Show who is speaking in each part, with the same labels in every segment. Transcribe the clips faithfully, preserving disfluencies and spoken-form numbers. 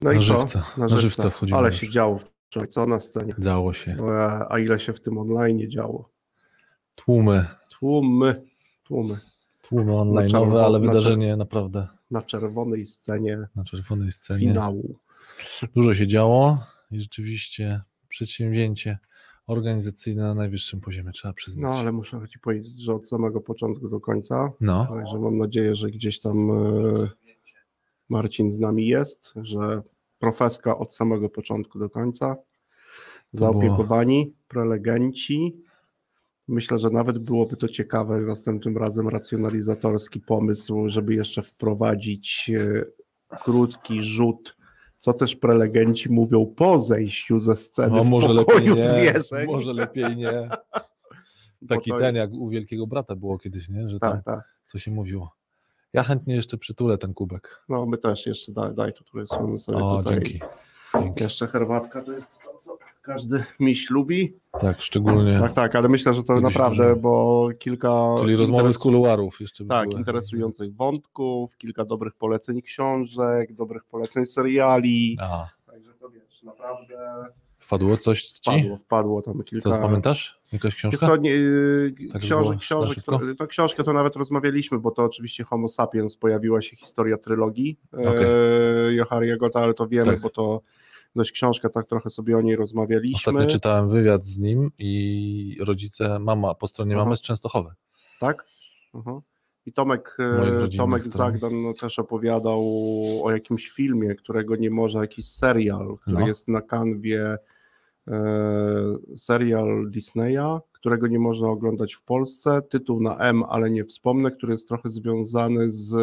Speaker 1: No
Speaker 2: na
Speaker 1: i
Speaker 2: żywca,
Speaker 1: co? Na,
Speaker 2: na żywca wchodzimy.
Speaker 1: Ale
Speaker 2: już.
Speaker 1: się działo wczoraj, co na scenie?
Speaker 2: Działo się.
Speaker 1: A, a ile się w tym online działo?
Speaker 2: Tłumy.
Speaker 1: Tłumy, tłumy.
Speaker 2: Tłumy online'owe, ale wydarzenie naprawdę.
Speaker 1: Na czerwonej scenie.
Speaker 2: Na czerwonej scenie.
Speaker 1: Finału.
Speaker 2: Dużo się działo i rzeczywiście przedsięwzięcie organizacyjne na najwyższym poziomie, trzeba przyznać.
Speaker 1: No, ale muszę Ci powiedzieć, że od samego początku do końca.
Speaker 2: No.
Speaker 1: Także mam nadzieję, że gdzieś tam e, Marcin z nami jest, że profeska od samego początku do końca. Zaopiekowani, było... prelegenci. Myślę, że nawet byłoby to ciekawe następnym razem racjonalizatorski pomysł, żeby jeszcze wprowadzić e, krótki rzut, co też prelegenci mówią po zejściu ze sceny no, w może pokoju lepiej zwierzeń.
Speaker 2: Nie, może lepiej nie. Taki ten, jest... jak u Wielkiego Brata było kiedyś, nie? Że tak, tam, tak. Co się mówiło. Ja chętnie jeszcze przytulę ten kubek.
Speaker 1: No my też jeszcze, daj, daj tu tutaj sobie
Speaker 2: o,
Speaker 1: tutaj.
Speaker 2: Dzięki. dzięki.
Speaker 1: Jeszcze herbatka to jest to, co każdy miś lubi.
Speaker 2: Tak, szczególnie.
Speaker 1: Tak, tak, ale myślę, że to naprawdę, dużo. Bo kilka...
Speaker 2: Czyli rozmowy interes... z kuluarów jeszcze
Speaker 1: Tak,
Speaker 2: były.
Speaker 1: Interesujących wątków, kilka dobrych poleceń książek, dobrych poleceń seriali.
Speaker 2: A.
Speaker 1: Także to wiesz, naprawdę...
Speaker 2: Wpadło coś ci?
Speaker 1: Wpadło, wpadło tam kilka...
Speaker 2: Co pamiętasz? Jakaś książka?
Speaker 1: Co, nie, tak książek, książek to, to książkę to nawet rozmawialiśmy, bo to oczywiście Homo sapiens, pojawiła się historia trylogii okay. e, Johariego, ale to wiemy, tak. Bo to dość książka, tak trochę sobie o niej rozmawialiśmy.
Speaker 2: Ostatnio czytałem wywiad z nim i rodzice, mama po stronie Aha. mamy z Częstochowy.
Speaker 1: Tak? Aha. I Tomek, Tomek Zagdan no, też opowiadał o jakimś filmie, którego nie może, jakiś serial, który no. jest na kanwie e, serial Disneya, którego nie można oglądać w Polsce. Tytuł na M, ale nie wspomnę, który jest trochę związany z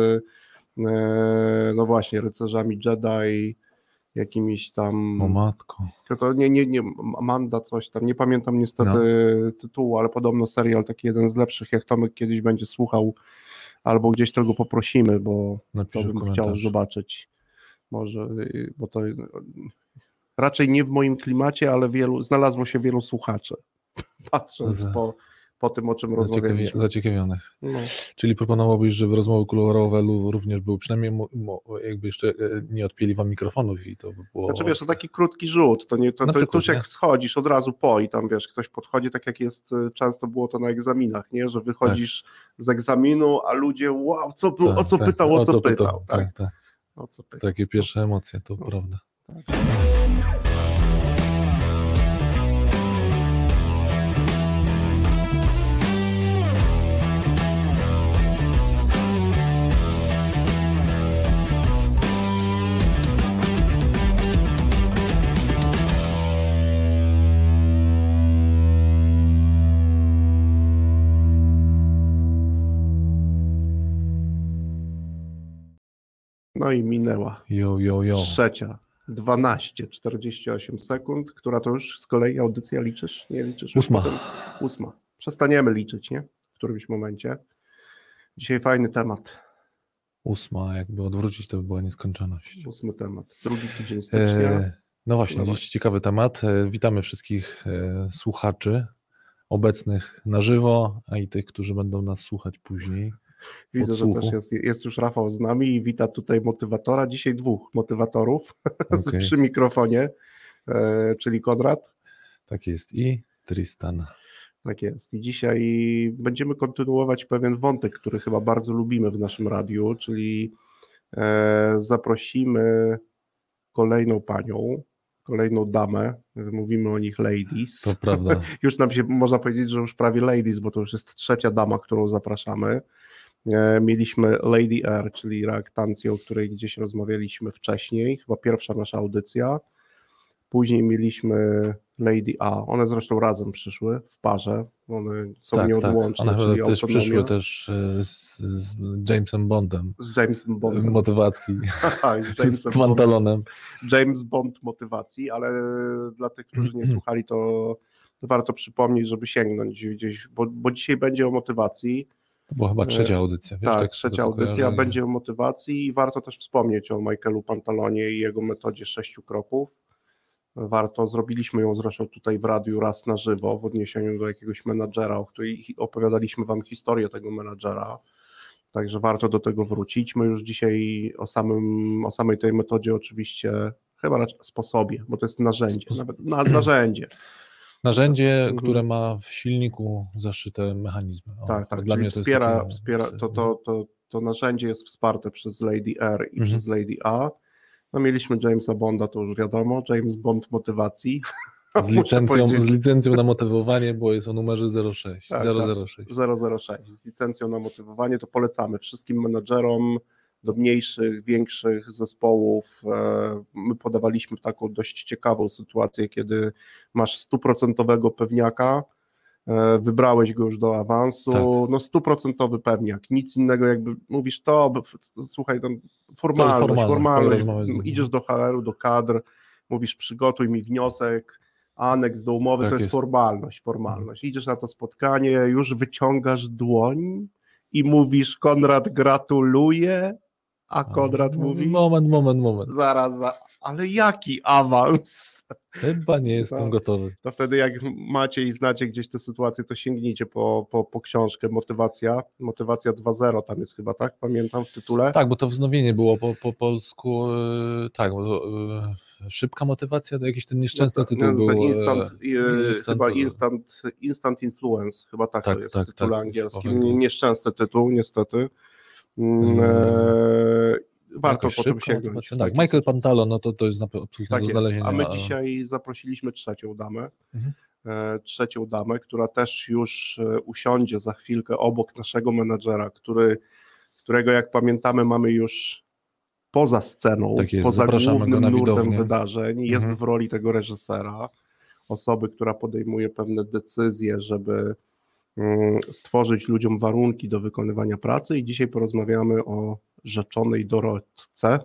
Speaker 1: e, no właśnie, rycerzami Jedi, jakimiś tam...
Speaker 2: O matko.
Speaker 1: To nie, nie, nie, Amanda coś tam, nie pamiętam niestety no. tytułu, ale podobno serial taki jeden z lepszych, jak Tomek kiedyś będzie słuchał, albo gdzieś tego poprosimy, bo
Speaker 2: Napiszę
Speaker 1: to bym chciał zobaczyć. Może, bo to raczej nie w moim klimacie, ale wielu, znalazło się wielu słuchaczy, patrząc Z... po, po tym, o czym rozmawialiśmy.
Speaker 2: Zaciekawionych.
Speaker 1: No.
Speaker 2: Czyli proponowałbyś, żeby rozmowy kuluarowe również były, przynajmniej jakby jeszcze nie odpięli wam mikrofonów i to by było...
Speaker 1: Znaczy wiesz, to taki krótki rzut, to nie, to, to przykład, tuż jak nie? schodzisz od razu po i tam wiesz, ktoś podchodzi, tak jak jest, często było to na egzaminach, nie, że wychodzisz tak. z egzaminu, a ludzie wow, co, tak, o co tak, pytał, o co, co pytał. pytał
Speaker 2: tak, tak. tak.
Speaker 1: O co pytał.
Speaker 2: Takie pierwsze emocje, to no. prawda. Tak.
Speaker 1: No i minęła
Speaker 2: jo, jo, jo.
Speaker 1: trzecia, dwanaście czterdzieści osiem sekund, która to już z kolei audycja liczysz? Nie liczysz?
Speaker 2: Ósma.
Speaker 1: Potem? Ósma. Przestaniemy liczyć, nie? W którymś momencie. Dzisiaj fajny temat.
Speaker 2: Ósma, jakby odwrócić, to by była nieskończoność.
Speaker 1: Ósmy temat. Drugi tydzień stycznia.
Speaker 2: E, no właśnie, no dziś właśnie. Ciekawy temat. E, witamy wszystkich e, słuchaczy obecnych na żywo, a i tych, którzy będą nas słuchać później.
Speaker 1: Widzę, że też jest, jest już Rafał z nami i wita tutaj motywatora, dzisiaj dwóch motywatorów okay. przy mikrofonie, e, czyli Konrad.
Speaker 2: Tak jest i Tristan.
Speaker 1: Tak jest i dzisiaj będziemy kontynuować pewien wątek, który chyba bardzo lubimy w naszym radiu, czyli e, zaprosimy kolejną panią, kolejną damę, mówimy o nich ladies.
Speaker 2: To prawda.
Speaker 1: Już nam się można powiedzieć, że już prawie ladies, bo to już jest trzecia dama, którą zapraszamy. Mieliśmy Lady R, czyli reaktancję, o której gdzieś rozmawialiśmy wcześniej, chyba pierwsza nasza audycja. Później mieliśmy Lady A, one zresztą razem przyszły w parze, one są
Speaker 2: tak,
Speaker 1: nieodłączne.
Speaker 2: Tak, one
Speaker 1: czyli
Speaker 2: też przyszły też z, z Jamesem Bondem.
Speaker 1: Z Jamesem Bondem.
Speaker 2: Motywacji.
Speaker 1: Aha, z, Jamesem
Speaker 2: z pantalonem.
Speaker 1: James Bond motywacji, ale dla tych, którzy nie słuchali, to, to warto przypomnieć, żeby sięgnąć gdzieś, bo, bo dzisiaj będzie o motywacji.
Speaker 2: To była chyba trzecia audycja. Wiesz,
Speaker 1: tak,
Speaker 2: tak,
Speaker 1: trzecia audycja, będzie o motywacji i warto też wspomnieć o Michaelu Pantalonie i jego metodzie sześciu kroków. Warto, zrobiliśmy ją zresztą tutaj w radiu raz na żywo w odniesieniu do jakiegoś menadżera, o której opowiadaliśmy wam historię tego menadżera, także warto do tego wrócić. My już dzisiaj o, samym, o samej tej metodzie oczywiście chyba raczej sposobie, bo to jest narzędzie, Spos- nawet na, narzędzie.
Speaker 2: Narzędzie,
Speaker 1: mhm. które
Speaker 2: ma w silniku zaszyte mechanizmy. O,
Speaker 1: tak, tak,
Speaker 2: dla
Speaker 1: czyli
Speaker 2: mnie to
Speaker 1: wspiera,
Speaker 2: jest takie...
Speaker 1: wspiera to, to, to, to narzędzie jest wsparte przez Lady R i
Speaker 2: mhm.
Speaker 1: przez Lady A. No mieliśmy Jamesa Bonda, to już wiadomo, James Bond motywacji.
Speaker 2: Z licencją, z licencją na motywowanie, bo jest o numerze zero sześć.
Speaker 1: Tak,
Speaker 2: zero
Speaker 1: tak,
Speaker 2: zero sześć.
Speaker 1: zero zero sześć. Z licencją na motywowanie to polecamy wszystkim menedżerom do mniejszych, większych zespołów. My podawaliśmy taką dość ciekawą sytuację, kiedy masz stuprocentowego pewniaka, wybrałeś go już do awansu, tak. no stuprocentowy pewniak, nic innego, jakby mówisz to, słuchaj, tam formalność, formalność, idziesz do H R-u, do kadr, mówisz przygotuj mi wniosek, aneks do umowy, tak to jest, jest formalność, formalność. Idziesz na to spotkanie, już wyciągasz dłoń i mówisz Konrad gratuluję, a Konrad
Speaker 2: a,
Speaker 1: mówi
Speaker 2: moment, moment, moment.
Speaker 1: Zaraz, za, ale jaki awans?
Speaker 2: Chyba nie jestem
Speaker 1: no,
Speaker 2: gotowy.
Speaker 1: To wtedy jak macie i znacie gdzieś tę sytuację, to sięgnijcie po, po, po książkę Motywacja, Motywacja dwa zero, tam jest chyba, tak? Pamiętam w tytule.
Speaker 2: Tak, bo to wznowienie było po, po polsku, tak, bo to, szybka motywacja, to jakiś ten nieszczęsny no to, tytuł no, był.
Speaker 1: Instant, instant, chyba instant, instant Influence, chyba tak, tak to jest tak, w tytule tak, angielskim. Nieszczęsny tytuł, niestety. Hmm. Eee, warto potem sięgnąć.
Speaker 2: Tak, tak, Michael Pantalo, no to, to jest absolutnie tak do znalezienia.
Speaker 1: A my dzisiaj zaprosiliśmy trzecią damę, mhm. e, trzecią damę, która też już usiądzie za chwilkę obok naszego menadżera, który, którego jak pamiętamy mamy już poza sceną,
Speaker 2: tak jest,
Speaker 1: poza głównym nurtem
Speaker 2: widownię.
Speaker 1: wydarzeń, jest
Speaker 2: mhm.
Speaker 1: w roli tego reżysera, osoby, która podejmuje pewne decyzje, żeby stworzyć ludziom warunki do wykonywania pracy i dzisiaj porozmawiamy o rzeczonej Dorotce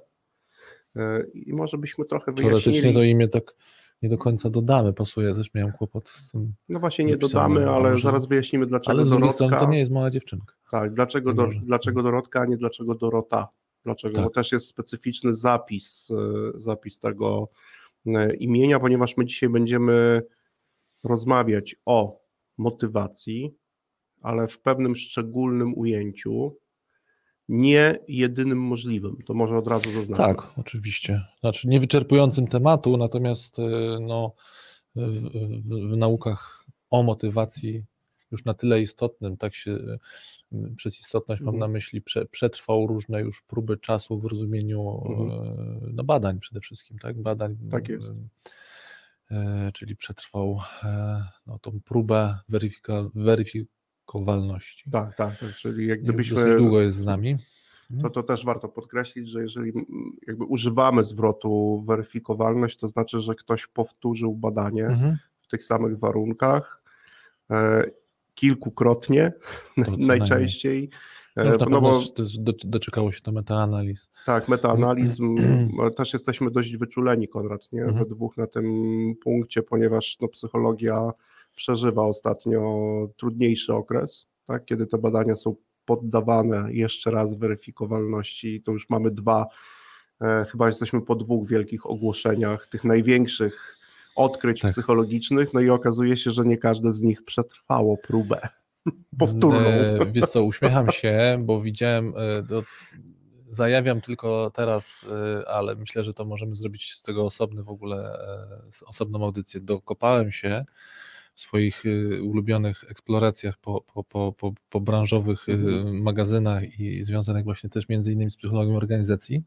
Speaker 1: i może byśmy trochę wyjaśnili.
Speaker 2: Teoretycznie to imię tak nie do końca dodamy, pasuje, też miałem kłopot z tym.
Speaker 1: No właśnie nie dodamy, ale może... zaraz wyjaśnimy dlaczego
Speaker 2: ale z drugiej
Speaker 1: Dorotka.
Speaker 2: strony to nie jest mała dziewczynka.
Speaker 1: Tak, dlaczego, do, dlaczego Dorotka, a nie dlaczego Dorota. Dlaczego? Tak. Bo też jest specyficzny zapis, zapis tego imienia, ponieważ my dzisiaj będziemy rozmawiać o motywacji, ale w pewnym szczególnym ujęciu, nie jedynym możliwym, to może od razu zaznaczę.
Speaker 2: Tak, oczywiście. Znaczy niewyczerpującym tematu, natomiast no, w, w, w naukach o motywacji już na tyle istotnym, tak się przez istotność mhm. mam na myśli, prze, przetrwał różne już próby czasu w rozumieniu mhm. no, badań przede wszystkim, tak? Badań.
Speaker 1: Tak jest.
Speaker 2: E, czyli przetrwał e, no, tą próbę weryfika, weryfikowalności.
Speaker 1: Tak, tak, tak, czyli jak gdybyśmy...
Speaker 2: Dosyć długo jest z nami.
Speaker 1: To, to też warto podkreślić, że jeżeli jakby używamy zwrotu weryfikowalność, to znaczy, że ktoś powtórzył badanie mhm. w tych samych warunkach e, kilkukrotnie, najczęściej.
Speaker 2: No już na no bo, do, doczekało się to metaanaliz.
Speaker 1: Tak, metaanalizm, też jesteśmy dość wyczuleni, Konrad, nie? Mhm. We dwóch na tym punkcie, ponieważ no, psychologia przeżywa ostatnio trudniejszy okres, tak? Kiedy te badania są poddawane jeszcze raz weryfikowalności, to już mamy dwa, e, chyba jesteśmy po dwóch wielkich ogłoszeniach, tych największych odkryć tak. psychologicznych, no i okazuje się, że nie każde z nich przetrwało próbę powtórną.
Speaker 2: E, wiesz co, uśmiecham się, bo widziałem, e, do, zajawiam tylko teraz, e, ale myślę, że to możemy zrobić z tego osobny w ogóle, e, osobną audycję. Dokopałem się w swoich y, ulubionych eksploracjach po, po, po, po, po branżowych y, magazynach i związanych właśnie też między innymi z psychologią organizacji,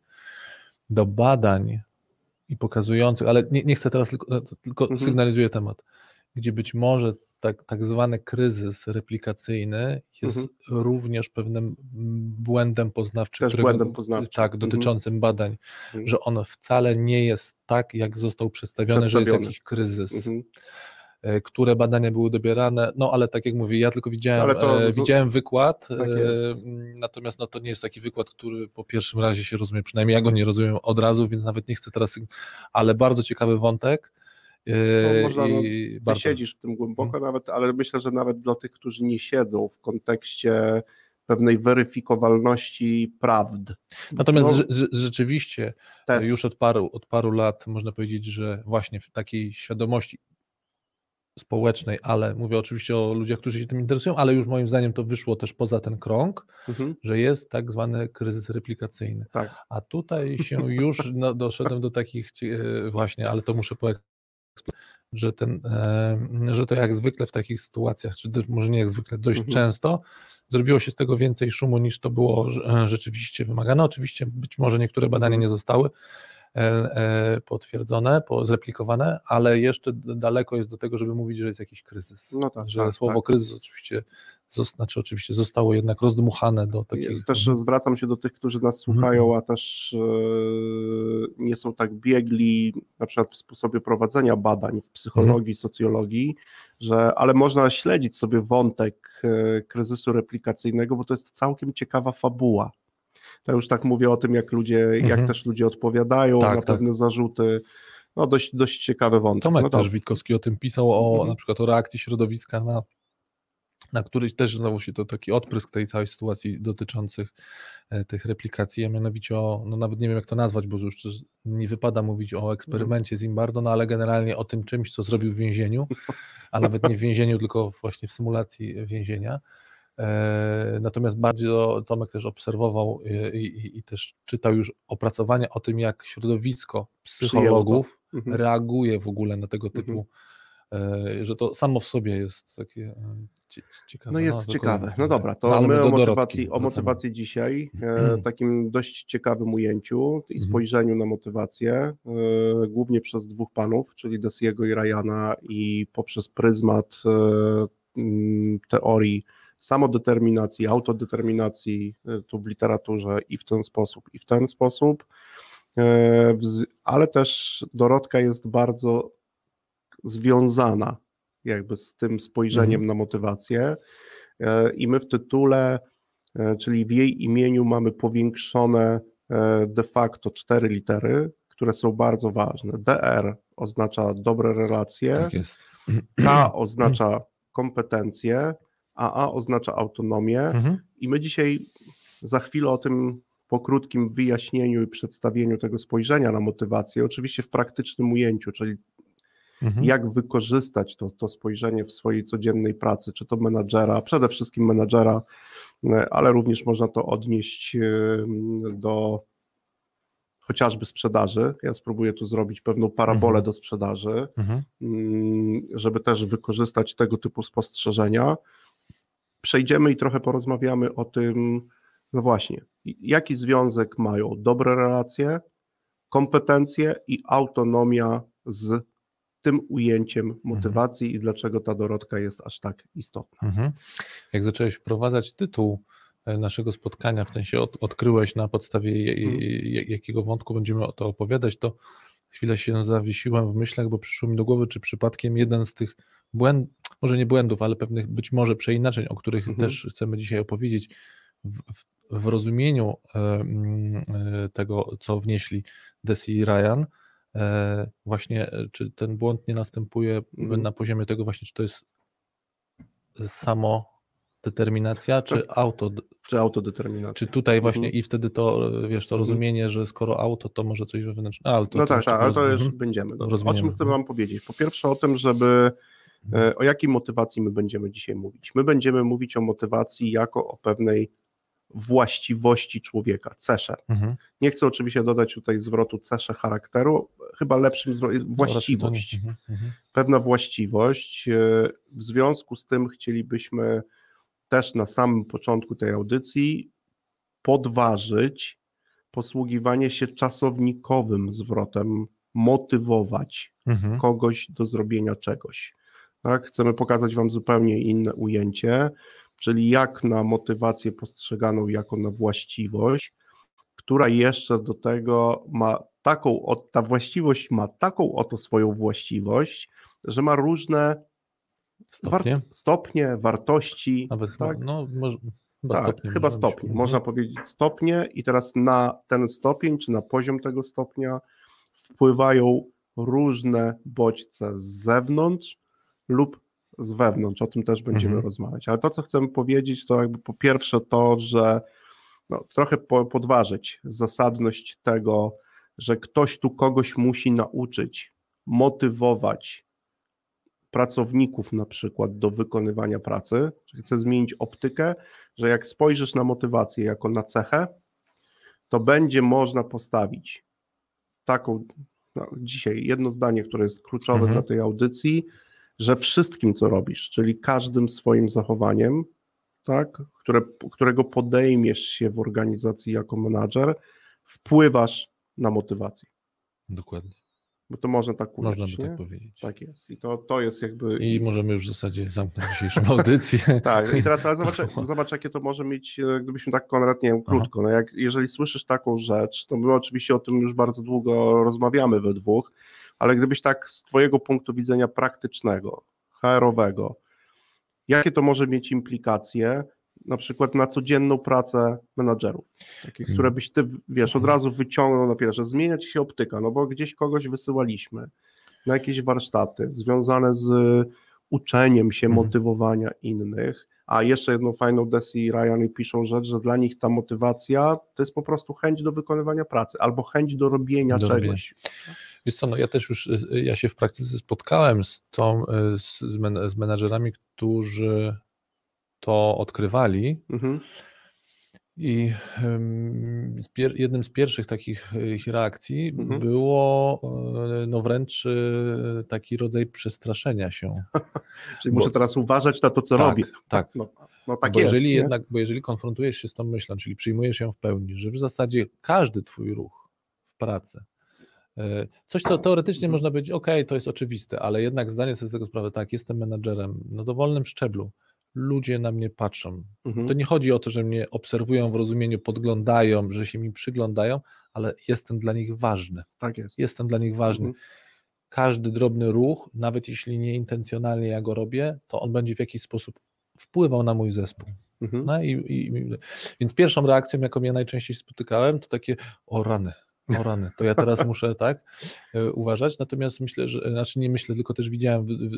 Speaker 2: do badań i pokazujących, ale nie, nie chcę teraz tylko, tylko mhm. sygnalizuję temat, gdzie być może tak, tak zwany kryzys replikacyjny jest mhm. również pewnym błędem poznawczym,
Speaker 1: którego, błędem poznawczym.
Speaker 2: tak, dotyczącym mhm. badań, mhm. że on wcale nie jest tak, jak został przedstawiony,
Speaker 1: Przedstawiony.
Speaker 2: że jest jakiś kryzys.
Speaker 1: Mhm.
Speaker 2: Które badania były dobierane, no ale tak jak mówię, ja tylko widziałem, to... e, widziałem wykład, tak e, natomiast no, to nie jest taki wykład, który po pierwszym razie się rozumie, przynajmniej ja go nie rozumiem od razu, więc nawet nie chcę teraz, ale bardzo ciekawy wątek. E,
Speaker 1: no, można, no, ty bardzo... siedzisz w tym głęboko hmm. nawet, ale myślę, że nawet dla tych, którzy nie siedzą w kontekście pewnej weryfikowalności prawd.
Speaker 2: Natomiast no, rze- rzeczywiście test. już od paru, od paru lat można powiedzieć, że właśnie w takiej świadomości społecznej, ale mówię oczywiście o ludziach, którzy się tym interesują, ale już moim zdaniem to wyszło też poza ten krąg, mhm. że jest tak zwany kryzys replikacyjny.
Speaker 1: Tak.
Speaker 2: A tutaj się już no, doszedłem do takich właśnie, ale to muszę powiedzieć, że, ten, że to jak zwykle w takich sytuacjach, czy też może nie jak zwykle, dość mhm. często, zrobiło się z tego więcej szumu niż to było rzeczywiście wymagane. Oczywiście być może niektóre badania mhm. nie zostały potwierdzone, zreplikowane, ale jeszcze daleko jest do tego, żeby mówić, że jest jakiś kryzys. No tak, że tak, słowo tak. kryzys oczywiście, znaczy oczywiście zostało jednak rozdmuchane do takich...
Speaker 1: Też zwracam się do tych, którzy nas słuchają, a też nie są tak biegli na przykład w sposobie prowadzenia badań w psychologii, socjologii, że, ale można śledzić sobie wątek kryzysu replikacyjnego, bo to jest całkiem ciekawa fabuła. To już tak mówię o tym, jak ludzie, mhm. jak też ludzie odpowiadają tak, na pewne tak. zarzuty. No dość, dość ciekawy wątek.
Speaker 2: Tomek
Speaker 1: no
Speaker 2: to... też Witkowski o tym pisał, o mhm. na przykład o reakcji środowiska na, na któryś też znowu się to taki odprysk tej całej sytuacji dotyczących tych replikacji, a mianowicie o, no nawet nie wiem jak to nazwać, bo już nie wypada mówić o eksperymencie Zimbardo, no ale generalnie o tym czymś, co zrobił w więzieniu, a nawet nie w więzieniu, tylko właśnie w symulacji więzienia. Natomiast bardziej Tomek też obserwował i, i, i też czytał już opracowania o tym, jak środowisko psychologów mhm. reaguje w ogóle na tego typu, mhm. że to samo w sobie jest takie ciekawe.
Speaker 1: No jest no, ciekawe. No dobra, to no, my o motywacji, o motywacji dzisiaj, e, takim dość ciekawym ujęciu i spojrzeniu na motywację, e, głównie przez dwóch panów, czyli Dessiego i Ryana, i poprzez pryzmat e, teorii samodeterminacji, autodeterminacji, tu w literaturze i w ten sposób, i w ten sposób, ale też Dorotka jest bardzo związana jakby z tym spojrzeniem mhm. na motywację i my w tytule, czyli w jej imieniu mamy powiększone de facto cztery litery, które są bardzo ważne. D R oznacza dobre relacje,
Speaker 2: tak jest.
Speaker 1: K oznacza kompetencje, A A oznacza autonomię mhm. i my dzisiaj za chwilę o tym po krótkim wyjaśnieniu i przedstawieniu tego spojrzenia na motywację, oczywiście w praktycznym ujęciu, czyli mhm. jak wykorzystać to, to spojrzenie w swojej codziennej pracy, czy to menadżera, przede wszystkim menadżera, ale również można to odnieść do chociażby sprzedaży. Ja spróbuję tu zrobić pewną parabolę mhm. do sprzedaży, mhm. żeby też wykorzystać tego typu spostrzeżenia. Przejdziemy i trochę porozmawiamy o tym, no właśnie, jaki związek mają dobre relacje, kompetencje i autonomia z tym ujęciem motywacji mhm. i dlaczego ta Dorotka jest aż tak istotna.
Speaker 2: Mhm. Jak zacząłeś wprowadzać tytuł naszego spotkania, w sensie od, odkryłeś na podstawie mhm. jakiego wątku będziemy o to opowiadać, to chwilę się zawiesiłem w myślach, bo przyszło mi do głowy, czy przypadkiem jeden z tych błędów, może nie błędów, ale pewnych być może przeinaczeń, o których mhm. też chcemy dzisiaj opowiedzieć, w, w, w rozumieniu e, e, tego, co wnieśli Desi i Ryan, e, właśnie, czy ten błąd nie następuje mhm. na poziomie tego właśnie, czy to jest samodeterminacja, czy auto...
Speaker 1: Czy autodeterminacja.
Speaker 2: Czy tutaj właśnie mhm. i wtedy to, wiesz, to mhm. rozumienie, że skoro auto, to może coś wewnętrzne. Ale to,
Speaker 1: no
Speaker 2: to
Speaker 1: tak, tak, ale to już mhm. będziemy. O czym chcę wam powiedzieć? Po pierwsze o tym, żeby o jakiej motywacji my będziemy dzisiaj mówić. My będziemy mówić o motywacji jako o pewnej właściwości człowieka, cesze. Mhm. Nie chcę oczywiście dodać tutaj zwrotu cesze charakteru, chyba lepszym zwrotem, właściwość. Mhm. Mhm. Pewna właściwość. W związku z tym chcielibyśmy też na samym początku tej audycji podważyć posługiwanie się czasownikowym zwrotem motywować mhm. kogoś do zrobienia czegoś. Tak? Chcemy pokazać wam zupełnie inne ujęcie, czyli jak na motywację postrzeganą jako na właściwość, która jeszcze do tego ma taką, ta właściwość ma taką oto swoją właściwość, że ma różne
Speaker 2: stopnie, war,
Speaker 1: stopnie wartości.
Speaker 2: Nawet
Speaker 1: tak?
Speaker 2: chyba, no, może, chyba
Speaker 1: tak,
Speaker 2: stopnie.
Speaker 1: Chyba stopnie. Być. Można powiedzieć stopnie i teraz na ten stopień, czy na poziom tego stopnia wpływają różne bodźce z zewnątrz lub z wewnątrz, o tym też będziemy mhm. rozmawiać. Ale to, co chcemy powiedzieć, to jakby po pierwsze to, że no, trochę po, podważyć zasadność tego, że ktoś tu kogoś musi nauczyć, motywować, pracowników na przykład do wykonywania pracy, czyli chcę zmienić optykę, że jak spojrzysz na motywację jako na cechę, to będzie można postawić taką, no, dzisiaj jedno zdanie, które jest kluczowe
Speaker 2: Mhm.
Speaker 1: dla tej audycji, że wszystkim, co robisz, czyli każdym swoim zachowaniem, tak, które, którego podejmiesz się w organizacji jako menadżer, wpływasz na motywację.
Speaker 2: Dokładnie.
Speaker 1: Bo to można tak ująć,
Speaker 2: Można by
Speaker 1: nie?
Speaker 2: tak powiedzieć.
Speaker 1: Tak jest. I to, to jest jakby...
Speaker 2: I możemy już w zasadzie zamknąć dzisiejszą audycję.
Speaker 1: Tak, i teraz ale zobacz, zobacz, jakie to może mieć, gdybyśmy tak Konrad, nie wiem, krótko. No jak, jeżeli słyszysz taką rzecz, to my oczywiście o tym już bardzo długo rozmawiamy we dwóch, ale gdybyś tak z twojego punktu widzenia praktycznego, H R-owego, jakie to może mieć implikacje na przykład na codzienną pracę menadżerów, takie, które byś ty, wiesz, od razu wyciągnął na pierwsze, zmieniać się optyka, no bo gdzieś kogoś wysyłaliśmy na jakieś warsztaty związane z uczeniem się,
Speaker 2: Mhm.
Speaker 1: motywowania innych, a jeszcze jedną fajną Desi i Ryan piszą rzecz, że dla nich ta motywacja to jest po prostu chęć do wykonywania pracy albo chęć do robienia
Speaker 2: Do
Speaker 1: czegoś.
Speaker 2: Wiesz co, no ja też już, ja się w praktyce spotkałem z tą, z, z, men, z menadżerami, którzy to odkrywali
Speaker 1: Mhm.
Speaker 2: i um, z pier, jednym z pierwszych takich ich reakcji
Speaker 1: Mhm.
Speaker 2: było no wręcz taki rodzaj przestraszenia się.
Speaker 1: Czyli
Speaker 2: Bo,
Speaker 1: muszę teraz uważać na to, co
Speaker 2: tak,
Speaker 1: robię.
Speaker 2: Tak,
Speaker 1: no, no tak
Speaker 2: bo
Speaker 1: jest.
Speaker 2: Jeżeli
Speaker 1: Nie?
Speaker 2: jednak, bo jeżeli konfrontujesz się z tą myślą, czyli przyjmujesz ją w pełni, że w zasadzie każdy twój ruch w pracy, coś, to teoretycznie można powiedzieć, ok, to jest oczywiste, ale jednak zdanie sobie z tego sprawę, tak, jestem menadżerem na dowolnym szczeblu, ludzie na mnie patrzą.
Speaker 1: Mhm.
Speaker 2: To nie chodzi o to, że mnie obserwują w rozumieniu, podglądają, że się mi przyglądają, ale jestem dla nich ważny.
Speaker 1: Tak jest.
Speaker 2: Jestem dla nich ważny.
Speaker 1: Mhm.
Speaker 2: Każdy drobny ruch, nawet jeśli nieintencjonalnie ja go robię, to on będzie w jakiś sposób wpływał na mój zespół.
Speaker 1: Mhm.
Speaker 2: No i, i, więc pierwszą reakcją, jaką ja najczęściej spotykałem, to takie, o rany, o rany, to ja teraz muszę tak y, uważać, natomiast myślę, że, znaczy nie myślę, tylko też widziałem y, y,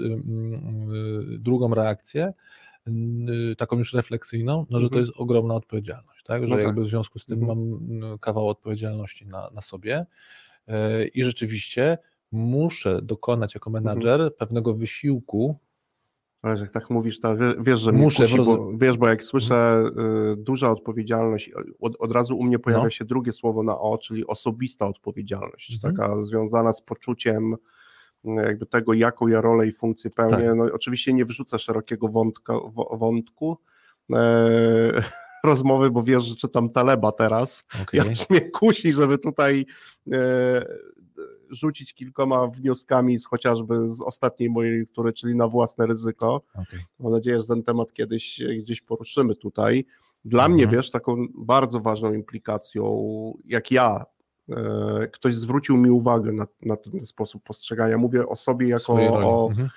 Speaker 2: y, drugą reakcję, y, taką już refleksyjną, no, że
Speaker 1: Mhm.
Speaker 2: to jest ogromna odpowiedzialność, tak, że
Speaker 1: No tak.
Speaker 2: jakby w związku z tym
Speaker 1: Mhm.
Speaker 2: mam kawał odpowiedzialności na, na sobie y, i rzeczywiście muszę dokonać jako menadżer
Speaker 1: Mhm.
Speaker 2: pewnego wysiłku.
Speaker 1: Ale jak tak mówisz, to wiesz, że
Speaker 2: Muszę
Speaker 1: mnie kusi,
Speaker 2: roz...
Speaker 1: bo, wiesz, bo jak słyszę y, duża odpowiedzialność, od, od razu u mnie pojawia
Speaker 2: No.
Speaker 1: się drugie słowo na o, czyli osobista odpowiedzialność,
Speaker 2: Mhm.
Speaker 1: taka związana z poczuciem jakby tego, jaką ja rolę i funkcję pełnię.
Speaker 2: Tak.
Speaker 1: No oczywiście nie wrzucę szerokiego wątka, w, wątku e, rozmowy, bo wiesz, że czytam Taleba teraz.
Speaker 2: Okay.
Speaker 1: Ja już mnie kusi, żeby tutaj e, rzucić kilkoma wnioskami z chociażby z ostatniej mojej lektury, czyli na własne ryzyko.
Speaker 2: Okay.
Speaker 1: Mam nadzieję, że ten temat kiedyś gdzieś poruszymy tutaj. Dla
Speaker 2: Mhm.
Speaker 1: mnie, wiesz, taką bardzo ważną implikacją, jak ja, e, ktoś zwrócił mi uwagę na, na ten sposób postrzegania. Mówię o sobie jako o,
Speaker 2: mhm.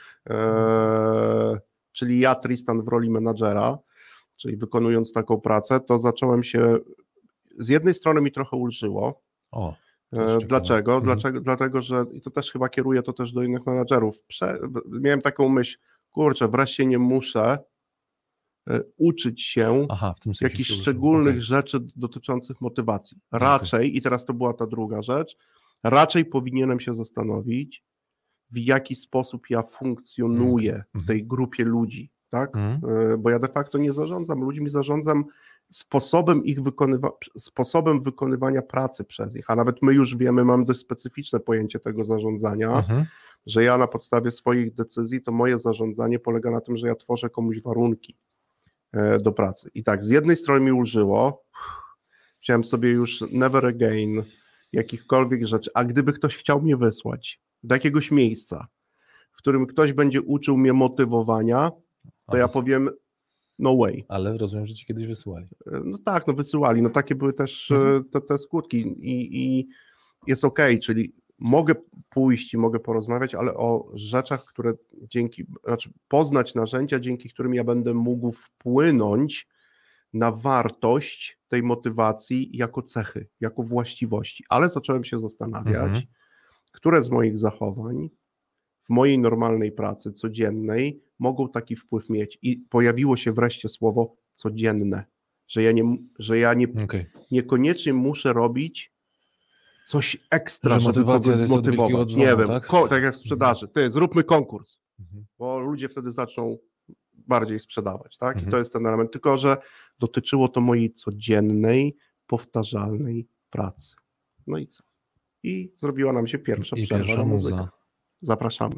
Speaker 1: e, czyli ja, Tristan, w roli menadżera, czyli wykonując taką pracę, to zacząłem się, z jednej strony mi trochę ulżyło.
Speaker 2: O.
Speaker 1: Dlaczego?
Speaker 2: Mhm.
Speaker 1: Dlaczego? Dlatego, że i to też chyba kieruję to też do innych menadżerów. Prze, miałem taką myśl, kurczę, wreszcie nie muszę y, uczyć się
Speaker 2: Aha, w tym sensie
Speaker 1: jakichś szczególnych
Speaker 2: okay.
Speaker 1: rzeczy dotyczących motywacji. Raczej, okay. i teraz to była ta druga rzecz, raczej powinienem się zastanowić, w jaki sposób ja funkcjonuję
Speaker 2: okay.
Speaker 1: w tej grupie ludzi, tak?
Speaker 2: Mhm.
Speaker 1: Y, bo ja de facto nie zarządzam ludźmi, zarządzam sposobem ich wykonywa- sposobem wykonywania pracy przez nich, a nawet my już wiemy, mam dość specyficzne pojęcie tego zarządzania,
Speaker 2: mhm.
Speaker 1: że ja na podstawie swoich decyzji, to moje zarządzanie polega na tym, że ja tworzę komuś warunki do pracy. I tak, z jednej strony mi ulżyło, chciałem sobie już never again jakichkolwiek rzeczy, a gdyby ktoś chciał mnie wysłać do jakiegoś miejsca, w którym ktoś będzie uczył mnie motywowania, to ja powiem no way.
Speaker 2: Ale rozumiem, że ci kiedyś wysyłali.
Speaker 1: No tak, no wysyłali, no takie były też mhm. te, te skutki i, i jest okej, okay, czyli mogę pójść i mogę porozmawiać, ale o rzeczach, które dzięki, znaczy poznać narzędzia, dzięki którym ja będę mógł wpłynąć na wartość tej motywacji jako cechy, jako właściwości, ale zacząłem się zastanawiać, mhm. które z moich zachowań w mojej normalnej pracy codziennej mogą taki wpływ mieć i pojawiło się wreszcie słowo codzienne, że ja, nie, że ja nie,
Speaker 2: okay.
Speaker 1: niekoniecznie muszę robić coś ekstra,
Speaker 2: że
Speaker 1: żeby kogoś zmotywować.
Speaker 2: Odzwonu,
Speaker 1: nie wiem,
Speaker 2: tak?
Speaker 1: ko- tak jak w sprzedaży, ty, zróbmy konkurs.
Speaker 2: Mhm.
Speaker 1: bo ludzie wtedy zaczną bardziej sprzedawać, tak?
Speaker 2: Mhm.
Speaker 1: I to jest ten element, tylko że dotyczyło to mojej codziennej, powtarzalnej pracy. No i co? I zrobiła nam się pierwsza
Speaker 2: I
Speaker 1: przerwa
Speaker 2: pierwsza
Speaker 1: na muzykę.
Speaker 2: muza.
Speaker 1: Zapraszamy.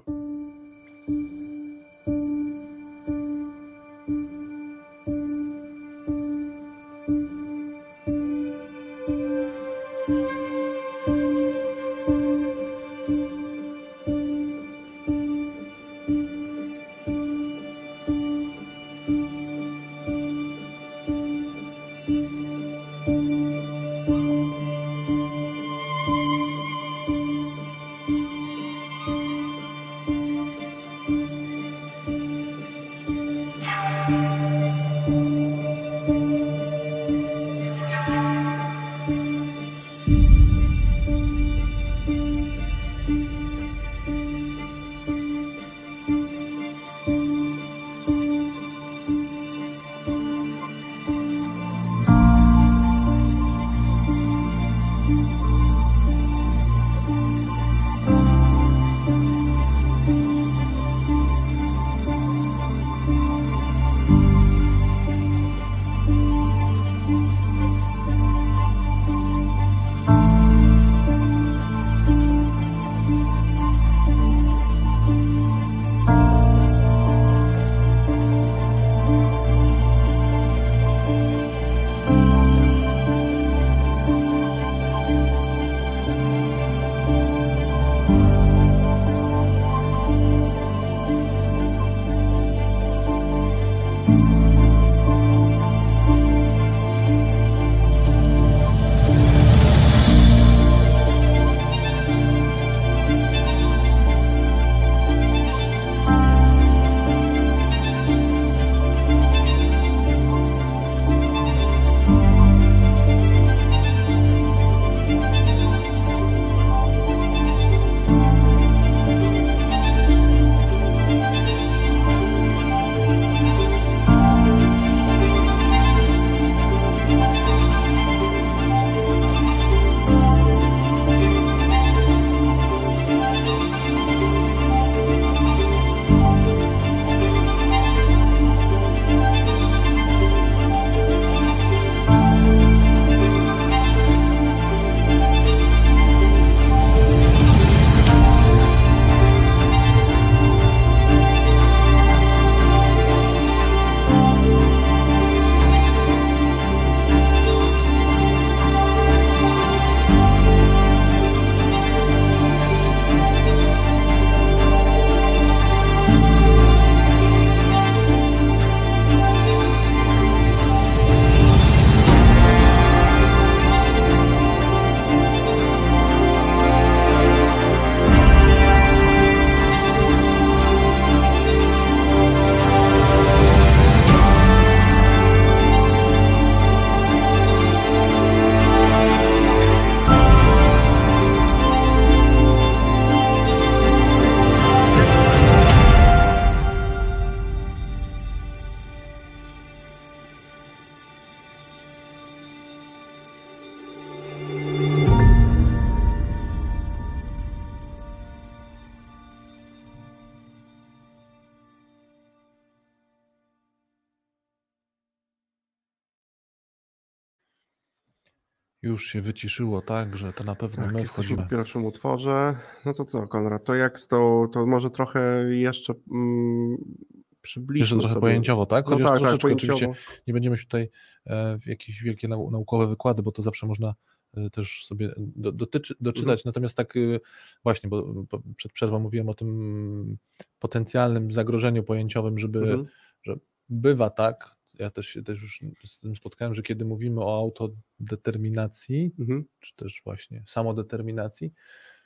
Speaker 2: Już się wyciszyło tak, że to na pewno
Speaker 1: Tak,
Speaker 2: my
Speaker 1: jesteśmy
Speaker 2: wchodzimy.
Speaker 1: w pierwszym utworze. No to co, Konrad, to jak z tą, to może trochę jeszcze mm, przybliżmy
Speaker 2: Jeszcze trochę
Speaker 1: sobie.
Speaker 2: pojęciowo, tak?
Speaker 1: No
Speaker 2: Chociaż
Speaker 1: tak, tak,
Speaker 2: troszeczkę
Speaker 1: pojęciowo.
Speaker 2: oczywiście nie będziemy się tutaj e, w jakieś wielkie nau naukowe wykłady, bo to zawsze można e, też sobie do, dotyczy, doczytać. Mhm. Natomiast tak e, właśnie, bo, bo przed przerwą mówiłem o tym potencjalnym zagrożeniu pojęciowym, żeby, mhm. że bywa tak, ja też się też już z tym spotkałem, że kiedy mówimy o autodeterminacji, mhm. czy też właśnie samodeterminacji,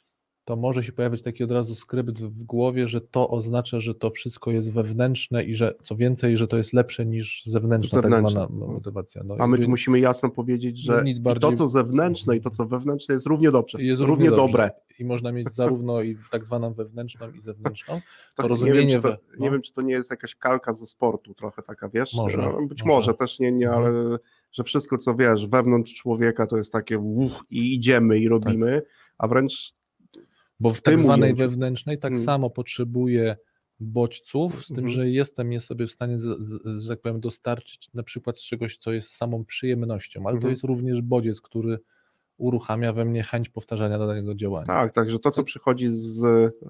Speaker 2: to może się pojawić taki od razu skrypt w głowie, że to oznacza, że to wszystko jest wewnętrzne i że co więcej, że to jest lepsze niż zewnętrzna, zewnętrzna. tak zwana motywacja. No,
Speaker 1: a my tu musimy jasno powiedzieć, że nic bardziej... to co zewnętrzne i to co wewnętrzne jest równie dobrze,
Speaker 2: jest
Speaker 1: równie,
Speaker 2: równie
Speaker 1: dobre.
Speaker 2: I można mieć zarówno i tak zwaną wewnętrzną i zewnętrzną.
Speaker 1: To,
Speaker 2: to rozumienie...
Speaker 1: Nie wiem,
Speaker 2: we...
Speaker 1: to, no. nie wiem, czy to nie jest jakaś kalka ze sportu trochę taka, wiesz?
Speaker 2: Może.
Speaker 1: No, być
Speaker 2: może,
Speaker 1: może też nie, nie
Speaker 2: mhm.
Speaker 1: ale że wszystko co wiesz, wewnątrz człowieka to jest takie uch, i idziemy i robimy, tak. a wręcz
Speaker 2: Bo w tak zwanej ujęciu. wewnętrznej tak hmm. samo potrzebuje bodźców, z tym,
Speaker 1: Mhm.
Speaker 2: że jestem je sobie w stanie, z, z, że tak powiem, dostarczyć na przykład z czegoś, co jest samą przyjemnością, ale to
Speaker 1: Mhm.
Speaker 2: jest również bodziec, który uruchamia we mnie chęć powtarzania danego działania.
Speaker 1: Tak, także to, co przychodzi z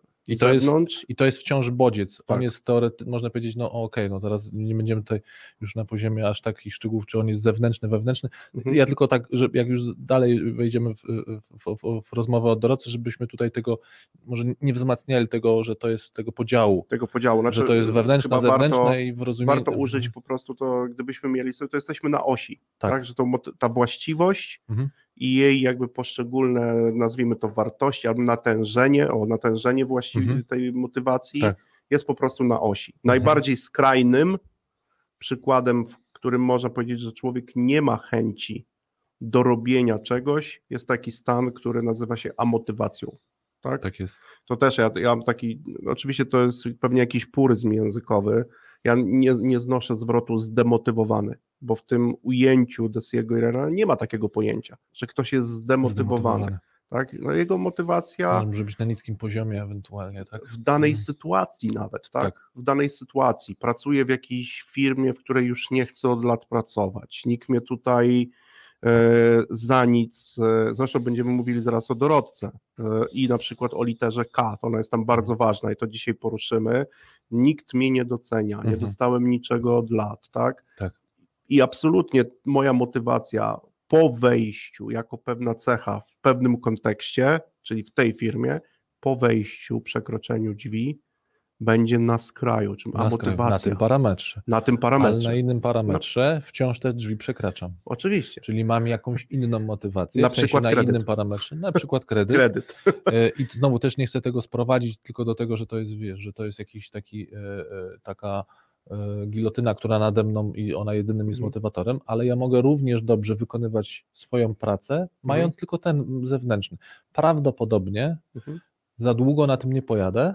Speaker 2: I to, jest,
Speaker 1: zewnątrz.
Speaker 2: I to jest wciąż bodziec. On
Speaker 1: Tak.
Speaker 2: jest teoretycznie, można powiedzieć, no okej, okay, no teraz nie będziemy tutaj już na poziomie aż takich szczegółów, czy on jest zewnętrzny, wewnętrzny.
Speaker 1: Mhm.
Speaker 2: Ja tylko tak, że jak już dalej wejdziemy w, w, w, w rozmowę o Dorocy, żebyśmy tutaj tego, może nie wzmacniali tego, że to jest tego podziału.
Speaker 1: Tego podziału. Znaczy,
Speaker 2: że to jest wewnętrzne, zewnętrzne
Speaker 1: warto,
Speaker 2: i w rozumieniu.
Speaker 1: Warto użyć po prostu to, gdybyśmy mieli sobie, to jesteśmy na osi.
Speaker 2: Tak.
Speaker 1: Tak, że to, ta właściwość
Speaker 2: mhm.
Speaker 1: i jej jakby poszczególne, nazwijmy to wartości, albo natężenie, o natężenie właściwie
Speaker 2: mhm.
Speaker 1: tej motywacji
Speaker 2: tak.
Speaker 1: jest po prostu na osi.
Speaker 2: Mhm.
Speaker 1: Najbardziej skrajnym przykładem, w którym można powiedzieć, że człowiek nie ma chęci do robienia czegoś, jest taki stan, który nazywa się amotywacją. Tak?
Speaker 2: Tak jest.
Speaker 1: To też ja, ja mam taki, oczywiście to jest pewnie jakiś puryzm językowy, ja nie, nie znoszę zwrotu zdemotywowany, bo w tym ujęciu Dessiego i Rera nie ma takiego pojęcia, że ktoś jest zdemotywowany. zdemotywowany. Tak? No jego motywacja...
Speaker 2: No, może być na niskim poziomie ewentualnie, tak?
Speaker 1: W danej
Speaker 2: hmm.
Speaker 1: sytuacji nawet, tak?
Speaker 2: tak?
Speaker 1: W danej sytuacji. Pracuję w jakiejś firmie, w której już nie chcę od lat pracować. Nikt mnie tutaj e, za nic, e, zresztą będziemy mówili zaraz o dorodce e, i na przykład o literze K, to ona jest tam bardzo ważna i to dzisiaj poruszymy. Nikt mnie nie docenia,
Speaker 2: Mhm.
Speaker 1: nie dostałem niczego od lat, tak?
Speaker 2: Tak.
Speaker 1: I absolutnie moja motywacja po wejściu jako pewna cecha w pewnym kontekście, czyli w tej firmie, po wejściu, przekroczeniu drzwi, będzie na skraju, czym
Speaker 2: na
Speaker 1: a
Speaker 2: skraju,
Speaker 1: motywacja.
Speaker 2: Na tym parametrze.
Speaker 1: Na tym parametrze.
Speaker 2: Ale na innym parametrze no. wciąż te drzwi przekraczam.
Speaker 1: Oczywiście.
Speaker 2: Czyli mam jakąś inną motywację,
Speaker 1: na
Speaker 2: w sensie
Speaker 1: przykład
Speaker 2: na
Speaker 1: kredyt.
Speaker 2: innym parametrze, na przykład kredyt.
Speaker 1: kredyt.
Speaker 2: I znowu też nie chcę tego sprowadzić tylko do tego, że to jest, wiesz, że to jest jakiś taki, taka gilotyna, która nade mną i ona jedynym jest motywatorem, ale ja mogę również dobrze wykonywać swoją pracę, mając mhm. tylko ten zewnętrzny. Prawdopodobnie mhm. za długo na tym nie pojadę,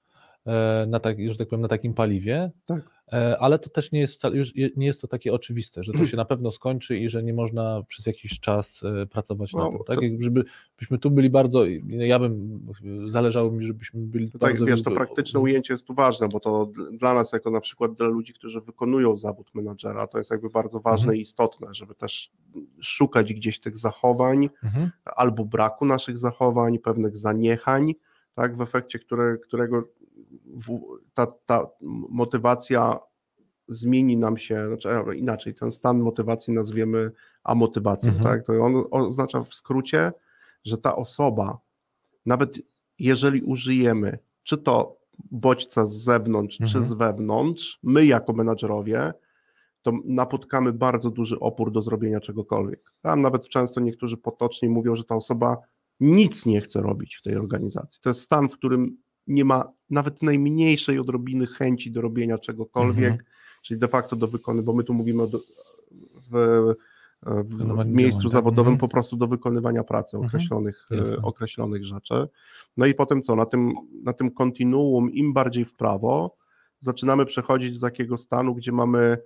Speaker 2: na, tak, że tak powiem, na takim paliwie, tak. ale to też nie jest, wcale, już nie jest to takie oczywiste, że to się na pewno skończy i że nie można przez jakiś czas pracować no, na tym. Tak? To... Żeby, byśmy tu byli bardzo, ja bym, zależało mi, żebyśmy byli
Speaker 1: to
Speaker 2: bardzo...
Speaker 1: Tak, wiesz, to praktyczne ujęcie jest tu ważne, bo to dla nas, jako na przykład dla ludzi, którzy wykonują zawód menadżera, to jest jakby bardzo ważne mhm. i istotne, żeby też szukać gdzieś tych zachowań, mhm. albo braku naszych zachowań, pewnych zaniechań, tak, w efekcie które, którego ta, ta motywacja zmieni nam się, znaczy inaczej, ten stan motywacji nazwiemy amotywacją, mhm. tak? To on oznacza w skrócie, że ta osoba, nawet jeżeli użyjemy czy to bodźca z zewnątrz, mhm. czy z wewnątrz, my jako menadżerowie, to napotkamy bardzo duży opór do zrobienia czegokolwiek. Tam nawet często niektórzy potocznie mówią, że ta osoba nic nie chce robić w tej organizacji. To jest stan, w którym nie ma nawet najmniejszej odrobiny chęci do robienia czegokolwiek, mhm. czyli de facto do wykonywania, bo my tu mówimy do, w, w, w miejscu zawodowym mhm. po prostu do wykonywania pracy określonych, mhm. określonych rzeczy. No i potem co, na tym, na tym kontinuum im bardziej w prawo zaczynamy przechodzić do takiego stanu, gdzie mamy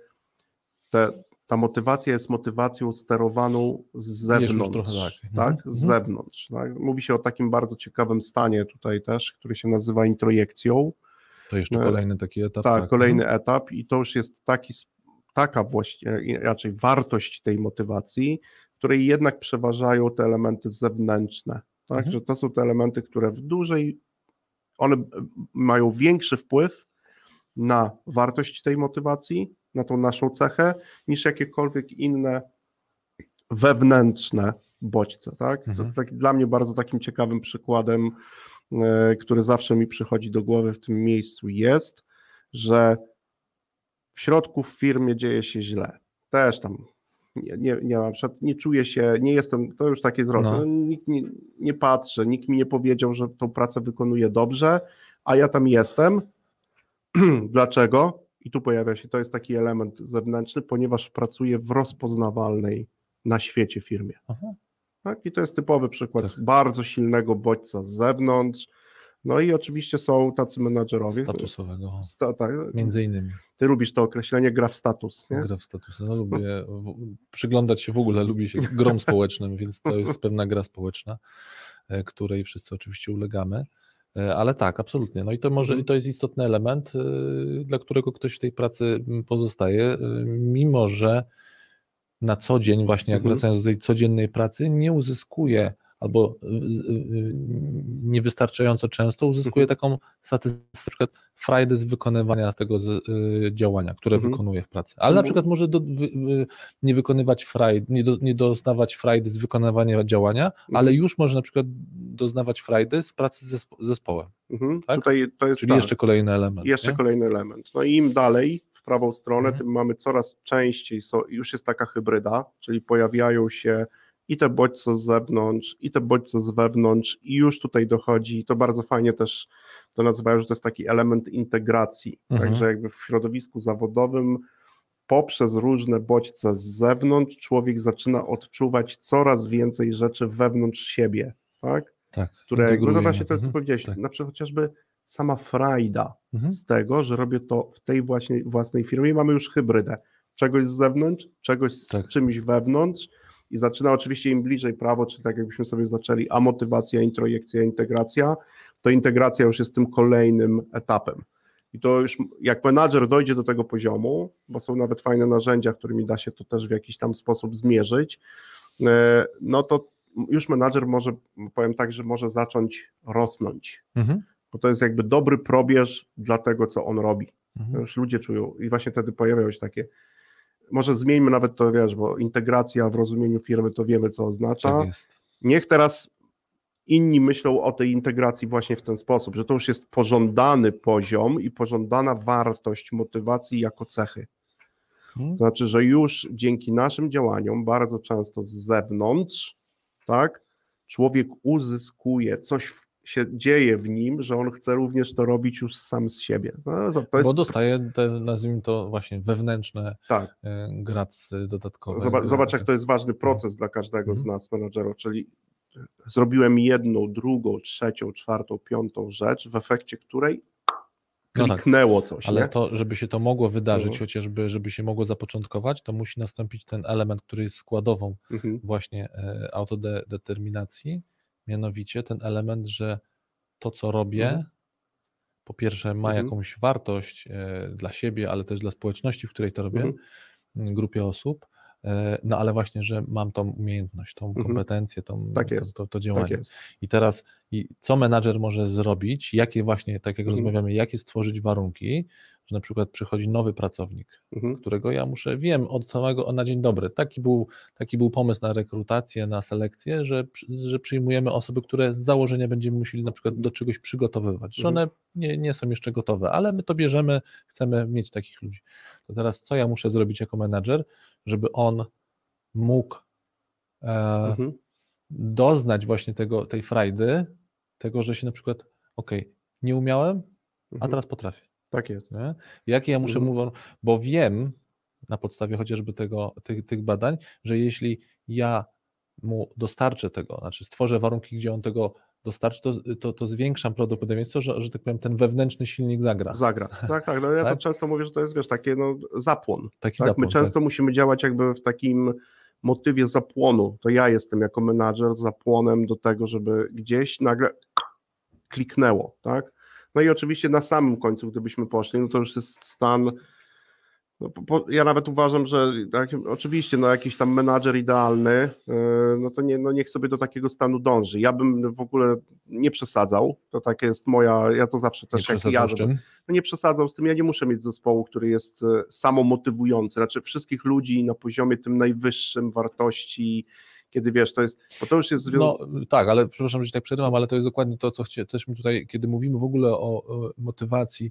Speaker 1: te, ta motywacja jest motywacją sterowaną z zewnątrz, tak, tak? Mhm. z zewnątrz. Tak? Mówi się o takim bardzo ciekawym stanie tutaj też, który się nazywa introjekcją.
Speaker 2: To jeszcze kolejny taki etap.
Speaker 1: Tak,
Speaker 2: tak.
Speaker 1: kolejny
Speaker 2: mhm.
Speaker 1: etap i to już jest taki, taka właściwie, raczej wartość tej motywacji, w której jednak przeważają te elementy zewnętrzne, tak? Mhm. Że to są te elementy, które w dużej, one mają większy wpływ na wartość tej motywacji, na tą naszą cechę, niż jakiekolwiek inne wewnętrzne bodźce, tak? Mhm. To tak, dla mnie bardzo takim ciekawym przykładem, e, który zawsze mi przychodzi do głowy w tym miejscu jest, że w środku w firmie dzieje się źle. Też tam nie, nie, nie mam, nie czuję się, nie jestem, to już takie zwroty, no. nikt nie, nie patrzy, nikt mi nie powiedział, że tą pracę wykonuję dobrze, a ja tam jestem. Dlaczego? I tu pojawia się, to jest taki element zewnętrzny, ponieważ pracuję w rozpoznawalnej na świecie firmie. Aha. Tak? I to jest typowy przykład tak. bardzo silnego bodźca z zewnątrz. No i oczywiście są tacy menadżerowie.
Speaker 2: Statusowego.
Speaker 1: Sta, tak.
Speaker 2: Między innymi.
Speaker 1: Ty lubisz to określenie gra w status, nie?
Speaker 2: Gra w status. No lubię w, przyglądać się w ogóle, lubię się grom społecznym, więc to jest pewna gra społeczna, której wszyscy oczywiście ulegamy. Ale tak, absolutnie. No i to może mhm. to jest istotny element, dla którego ktoś w tej pracy pozostaje, mimo że na co dzień, właśnie jak mhm. wracając do tej codziennej pracy, nie uzyskuje albo niewystarczająco często uzyskuje mhm. taką satysfakcję, frajdę z wykonywania tego działania, które mhm. wykonuje w pracy. Ale mhm. na przykład może do, wy, nie wykonywać frajdy, nie, do, nie doznawać frajdy z wykonywania działania, mhm. ale już może na przykład doznawać frajdy z pracy z zespołem. Mhm. Tak?
Speaker 1: Tutaj to jest
Speaker 2: Czyli
Speaker 1: tak.
Speaker 2: jeszcze kolejny element.
Speaker 1: Jeszcze nie? kolejny element. No i im dalej w prawą stronę, mhm. tym mamy coraz częściej, so, już jest taka hybryda, czyli pojawiają się i te bodźce z zewnątrz, i te bodźce z wewnątrz i już tutaj dochodzi, to bardzo fajnie też to nazywają, że to jest taki element integracji, mhm. także jakby w środowisku zawodowym poprzez różne bodźce z zewnątrz człowiek zaczyna odczuwać coraz więcej rzeczy wewnątrz siebie, tak?
Speaker 2: Tak,
Speaker 1: które jakby, no właśnie to jest, co
Speaker 2: mhm.
Speaker 1: powiedziałeś,
Speaker 2: tak.
Speaker 1: na przykład chociażby sama frajda
Speaker 2: mhm.
Speaker 1: z tego, że robię to w tej właśnie własnej firmie i mamy już hybrydę, czegoś z zewnątrz, czegoś z
Speaker 2: tak.
Speaker 1: czymś wewnątrz i zaczyna oczywiście im bliżej prawo, czyli tak jakbyśmy sobie zaczęli amotywacja, introjekcja, integracja, to integracja już jest tym kolejnym etapem. I to już jak menadżer dojdzie do tego poziomu, bo są nawet fajne narzędzia, którymi da się to też w jakiś tam sposób zmierzyć, no to już menadżer może, powiem tak, że może zacząć rosnąć, mhm. bo to jest jakby dobry probierz dla tego, co on robi. Mhm. Już ludzie czują i właśnie wtedy pojawiają się takie, może zmieńmy nawet to, wiesz, bo integracja w rozumieniu firmy to wiemy, co oznacza.
Speaker 2: Tak jest.
Speaker 1: Niech teraz inni myślą o tej integracji właśnie w ten sposób, że to już jest pożądany poziom i pożądana wartość motywacji jako cechy. Hmm. To znaczy, że już dzięki naszym działaniom, bardzo często z zewnątrz, tak, człowiek uzyskuje, coś w, się dzieje w nim, że on chce również to robić już sam z siebie. No, to jest...
Speaker 2: Bo dostaje te, nazwijmy to właśnie wewnętrzne
Speaker 1: tak.
Speaker 2: gracy dodatkowe.
Speaker 1: Zobacz, zobacz, jak to jest ważny proces hmm. dla każdego hmm. z nas, menadżerów, czyli zrobiłem jedną, drugą, trzecią, czwartą, piątą rzecz, w efekcie której kliknęło no tak, coś.
Speaker 2: Ale
Speaker 1: nie?
Speaker 2: to, żeby się to mogło wydarzyć,
Speaker 1: mhm.
Speaker 2: chociażby, żeby się mogło zapoczątkować, to musi nastąpić ten element, który jest składową mhm. właśnie e, autodeterminacji, mianowicie ten element, że to, co robię, mhm. po pierwsze ma mhm. jakąś wartość e, dla siebie, ale też dla społeczności, w której to robię, mhm. grupie osób, no ale właśnie, że mam tą umiejętność, tą
Speaker 1: mhm.
Speaker 2: kompetencję, tą,
Speaker 1: tak
Speaker 2: to, to, to działanie.
Speaker 1: Tak jest.
Speaker 2: I teraz i co menadżer może zrobić, jakie właśnie, tak jak mhm. rozmawiamy, jakie stworzyć warunki, że na przykład przychodzi nowy pracownik, mhm. którego ja muszę, wiem od samego na dzień dobry, taki był, taki był pomysł na rekrutację, na selekcję, że, że przyjmujemy osoby, które z założenia będziemy musieli na przykład do czegoś przygotowywać, że one nie, nie są jeszcze gotowe, ale my to bierzemy, chcemy mieć takich ludzi. To teraz co ja muszę zrobić jako menadżer, żeby on mógł e, mhm. doznać właśnie tego, tej frajdy, tego, że się na przykład, okej, okay, nie umiałem, mhm. a teraz potrafię.
Speaker 1: Tak jest.
Speaker 2: Nie? Jakie ja muszę
Speaker 1: mhm.
Speaker 2: mówić, bo wiem na podstawie chociażby tego, tych, tych badań, że jeśli ja mu dostarczę tego, znaczy stworzę warunki, gdzie on tego dostarczy, to, to, to zwiększam prawdopodobieństwo, że, że tak powiem, ten wewnętrzny silnik zagra.
Speaker 1: Zagra, tak, tak. No ja
Speaker 2: tak?
Speaker 1: to często mówię, że to jest, wiesz, takie no, zapłon.
Speaker 2: Taki
Speaker 1: tak?
Speaker 2: zapłon.
Speaker 1: My często
Speaker 2: tak.
Speaker 1: musimy działać jakby w takim motywie zapłonu. To ja jestem jako menadżer zapłonem do tego, żeby gdzieś nagle kliknęło, tak? No i oczywiście na samym końcu, gdybyśmy poszli, no to już jest stan. No, po, ja nawet uważam, że tak, oczywiście no, jakiś tam menadżer idealny, yy, no to nie, no niech sobie do takiego stanu dąży. Ja bym w ogóle nie przesadzał, to takie jest moja, ja to zawsze też
Speaker 2: nie
Speaker 1: jak ja,
Speaker 2: z czym?
Speaker 1: No nie przesadzał z tym, ja nie muszę mieć zespołu, który jest samomotywujący, znaczy wszystkich ludzi na poziomie tym najwyższym wartości, kiedy wiesz, to jest, bo to już jest związane.
Speaker 2: No tak, ale przepraszam, że tak przerywam, ale to jest dokładnie to, co chcieliśmy tutaj, kiedy mówimy w ogóle o, o motywacji,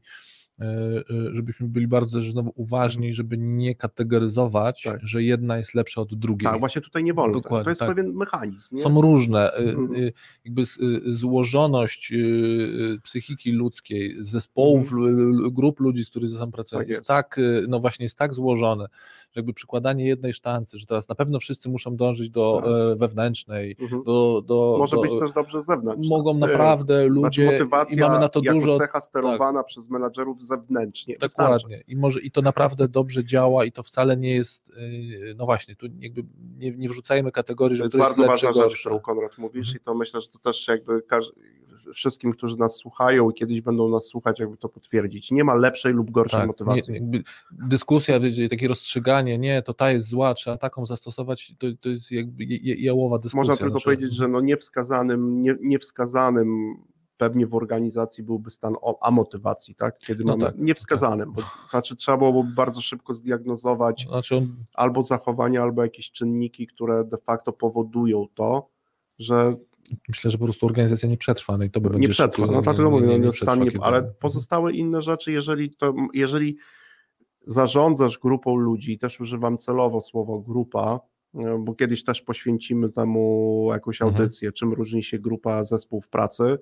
Speaker 2: żebyśmy byli bardzo też znowu uważni, żeby nie kategoryzować, tak. że jedna jest lepsza od drugiej.
Speaker 1: Tak, właśnie tutaj nie wolno.
Speaker 2: Dokładnie,
Speaker 1: to jest
Speaker 2: tak.
Speaker 1: pewien mechanizm. Nie?
Speaker 2: Są różne.
Speaker 1: Mhm.
Speaker 2: Jakby złożoność psychiki ludzkiej, zespołów, mhm. grup ludzi, z którymi sam pracują,
Speaker 1: tak
Speaker 2: jest.
Speaker 1: jest
Speaker 2: tak, no właśnie jest tak złożone, że jakby przykładanie jednej sztancy, że teraz na pewno wszyscy muszą dążyć do tak. wewnętrznej, mhm. do, do...
Speaker 1: Może
Speaker 2: do,
Speaker 1: być też dobrze zewnętrzna.
Speaker 2: Mogą naprawdę ludzie...
Speaker 1: Znaczy motywacja
Speaker 2: i mamy na to
Speaker 1: jako
Speaker 2: dużo,
Speaker 1: cecha sterowana tak. przez menadżerów zewnętrznie.
Speaker 2: Dokładnie. I, może, I to naprawdę dobrze działa i to wcale nie jest, no właśnie, tu jakby nie, nie wrzucajmy kategorii, że
Speaker 1: to jest
Speaker 2: to jest
Speaker 1: bardzo
Speaker 2: lepsze,
Speaker 1: ważna
Speaker 2: gorsze.
Speaker 1: rzecz, którą Konrad mówisz
Speaker 2: mhm.
Speaker 1: i to myślę, że to też jakby każdy, wszystkim, którzy nas słuchają i kiedyś będą nas słuchać, jakby to potwierdzić. Nie ma lepszej lub gorszej
Speaker 2: tak,
Speaker 1: motywacji.
Speaker 2: Nie, jakby dyskusja, takie rozstrzyganie, nie, to ta jest zła, trzeba taką zastosować, to, to jest jakby jałowa dyskusja.
Speaker 1: Można tylko
Speaker 2: znaczy...
Speaker 1: powiedzieć, że no niewskazanym, nie, niewskazanym pewnie w organizacji byłby stan amotywacji, tak? Kiedy
Speaker 2: no
Speaker 1: mamy
Speaker 2: tak,
Speaker 1: niewskazanym,
Speaker 2: tak.
Speaker 1: bo znaczy trzeba byłoby bardzo szybko zdiagnozować
Speaker 2: znaczy on...
Speaker 1: albo zachowania, albo jakieś czynniki, które de facto powodują to, że
Speaker 2: myślę, że po prostu organizacja nie przetrwa, no i to by
Speaker 1: nie
Speaker 2: będzie
Speaker 1: przetrwa,
Speaker 2: szybko,
Speaker 1: no dlatego
Speaker 2: nie,
Speaker 1: mówię,
Speaker 2: nie,
Speaker 1: no,
Speaker 2: nie
Speaker 1: nie
Speaker 2: przetrwa,
Speaker 1: stan,
Speaker 2: kiedy...
Speaker 1: ale pozostałe inne rzeczy, jeżeli to, jeżeli zarządzasz grupą ludzi, też używam celowo słowo grupa, bo kiedyś też poświęcimy temu jakąś audycję, mhm. czym różni się grupa, zespół w pracy.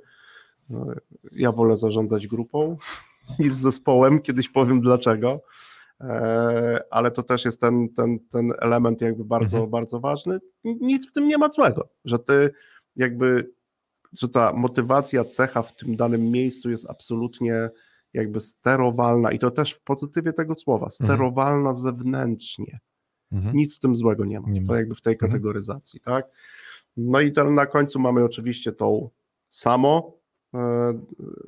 Speaker 1: Ja wolę zarządzać grupą niż zespołem, kiedyś powiem dlaczego, ale to też jest ten, ten, ten element jakby bardzo, mhm. bardzo ważny. Nic w tym nie ma złego, że ty jakby, że ta motywacja, cecha w tym danym miejscu jest absolutnie jakby sterowalna i to też w pozytywie tego słowa, sterowalna mhm. zewnętrznie. Mhm. Nic w tym złego nie ma, nie ma. To jakby w tej kategoryzacji, mhm. tak? No i to na końcu mamy oczywiście tą samo, e,